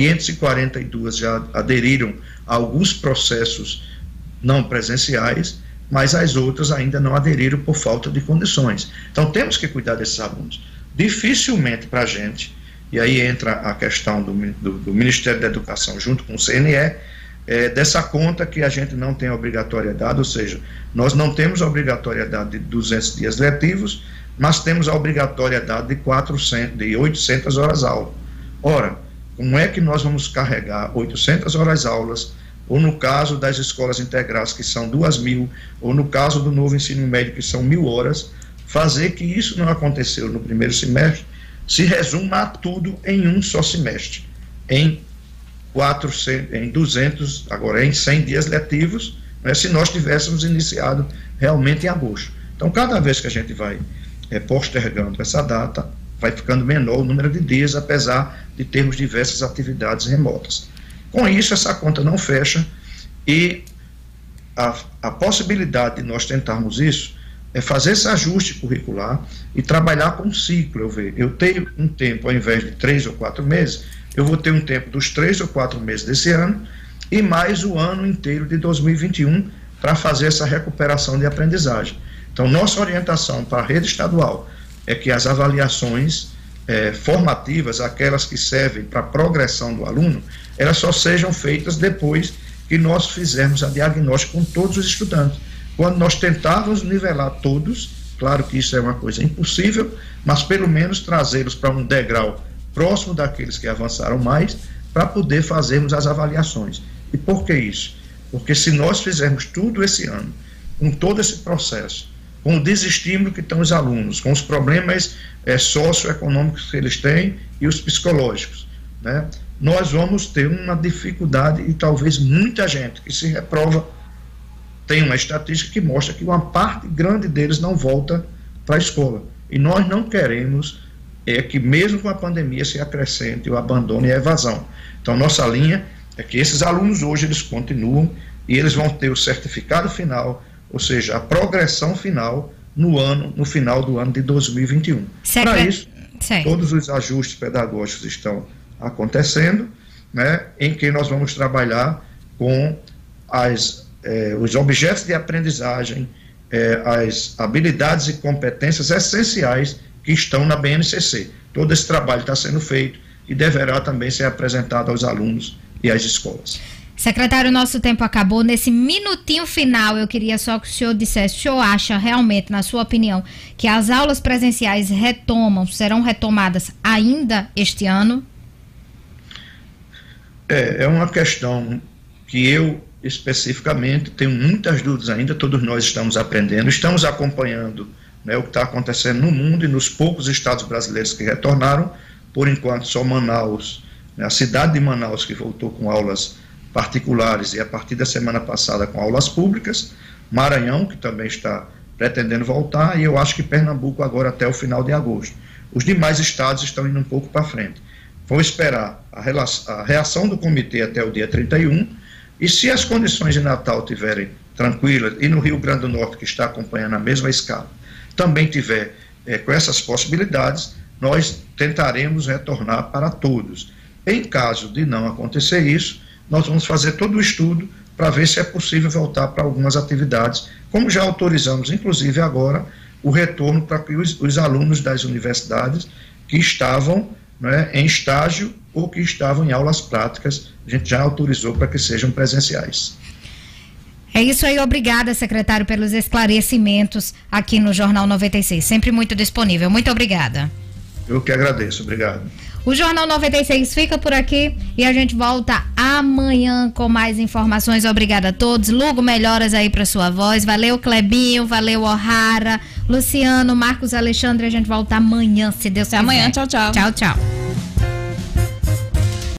542 já aderiram a alguns processos não presenciais, mas as outras ainda não aderiram por falta de condições. Então temos que cuidar desses alunos. Dificilmente para a gente, e aí entra a questão do Ministério da Educação junto com o CNE, dessa conta que a gente não tem obrigatoriedade, ou seja, nós não temos a obrigatoriedade de 200 dias letivos, mas temos a obrigatoriedade de 800 horas aula. Ora, como é que nós vamos carregar 800 horas aulas, ou no caso das escolas integrais, que são 2.000, ou no caso do novo ensino médio, que são 1.000 horas, fazer que isso não aconteceu no primeiro semestre, se resuma a tudo em um só semestre, em 200, agora em 100 dias letivos, né, se nós tivéssemos iniciado realmente em agosto. Então, cada vez que a gente vai postergando essa data, vai ficando menor o número de dias, apesar de termos diversas atividades remotas. Com isso, essa conta não fecha, e a possibilidade de nós tentarmos isso é fazer esse ajuste curricular e trabalhar com ciclo. Eu tenho um tempo, ao invés de 3 ou 4 meses, eu vou ter um tempo dos 3 ou 4 meses desse ano e mais o ano inteiro de 2021 para fazer essa recuperação de aprendizagem. Então, nossa orientação para a rede estadual é que as avaliações formativas, aquelas que servem para a progressão do aluno, elas só sejam feitas depois que nós fizermos a diagnóstico com todos os estudantes. Quando nós tentávamos nivelar todos, claro que isso é uma coisa impossível, mas pelo menos trazê-los para um degrau próximo daqueles que avançaram mais, para poder fazermos as avaliações. E por que isso? Porque se nós fizermos tudo esse ano, com todo esse processo, com o desestímulo que estão os alunos, com os problemas socioeconômicos que eles têm e os psicológicos, né, nós vamos ter uma dificuldade, e talvez muita gente que se reprova. Tem uma estatística que mostra que uma parte grande deles não volta para a escola. E nós não queremos que mesmo com a pandemia se acrescente o abandono e a evasão. Então, nossa linha é que esses alunos hoje eles continuam e eles vão ter o certificado final, ou seja, a progressão final no final do ano de 2021. Para isso, todos os ajustes pedagógicos estão acontecendo, né, em que nós vamos trabalhar com os objetos de aprendizagem, as habilidades e competências essenciais que estão na BNCC. Todo esse trabalho está sendo feito e deverá também ser apresentado aos alunos e às escolas. Secretário, nosso tempo acabou. Nesse minutinho final, eu queria só que o senhor dissesse, o senhor acha realmente, na sua opinião, que as aulas presenciais serão retomadas ainda este ano? É uma questão que eu especificamente tenho muitas dúvidas ainda. Todos nós estamos aprendendo, estamos acompanhando, né, o que está acontecendo no mundo e nos poucos estados brasileiros que retornaram. Por enquanto, só Manaus, né, a cidade de Manaus, que voltou com aulas particulares e a partir da semana passada com aulas públicas, Maranhão, que também está pretendendo voltar, e eu acho que Pernambuco agora até o final de agosto. Os demais estados estão indo um pouco para frente. Vou esperar a reação do comitê até o dia 31, e se as condições de Natal estiverem tranquilas, e no Rio Grande do Norte, que está acompanhando a mesma escala, também tiver com essas possibilidades, nós tentaremos retornar para todos. Em caso de não acontecer isso, nós vamos fazer todo o estudo para ver se é possível voltar para algumas atividades, como já autorizamos, inclusive agora, o retorno para que os alunos das universidades que estavam, né, em estágio ou que estavam em aulas práticas, a gente já autorizou para que sejam presenciais. É isso aí, obrigada, secretário, pelos esclarecimentos aqui no Jornal 96, sempre muito disponível. Muito obrigada. Eu que agradeço, obrigado. O Jornal 96 fica por aqui e a gente volta amanhã com mais informações. Obrigada a todos. Lugo, melhoras aí para sua voz. Valeu, Clebinho, valeu, O'Hara, Luciano, Marcos Alexandre. A gente volta amanhã, se Deus quiser. Amanhã, tchau, tchau. Tchau, tchau.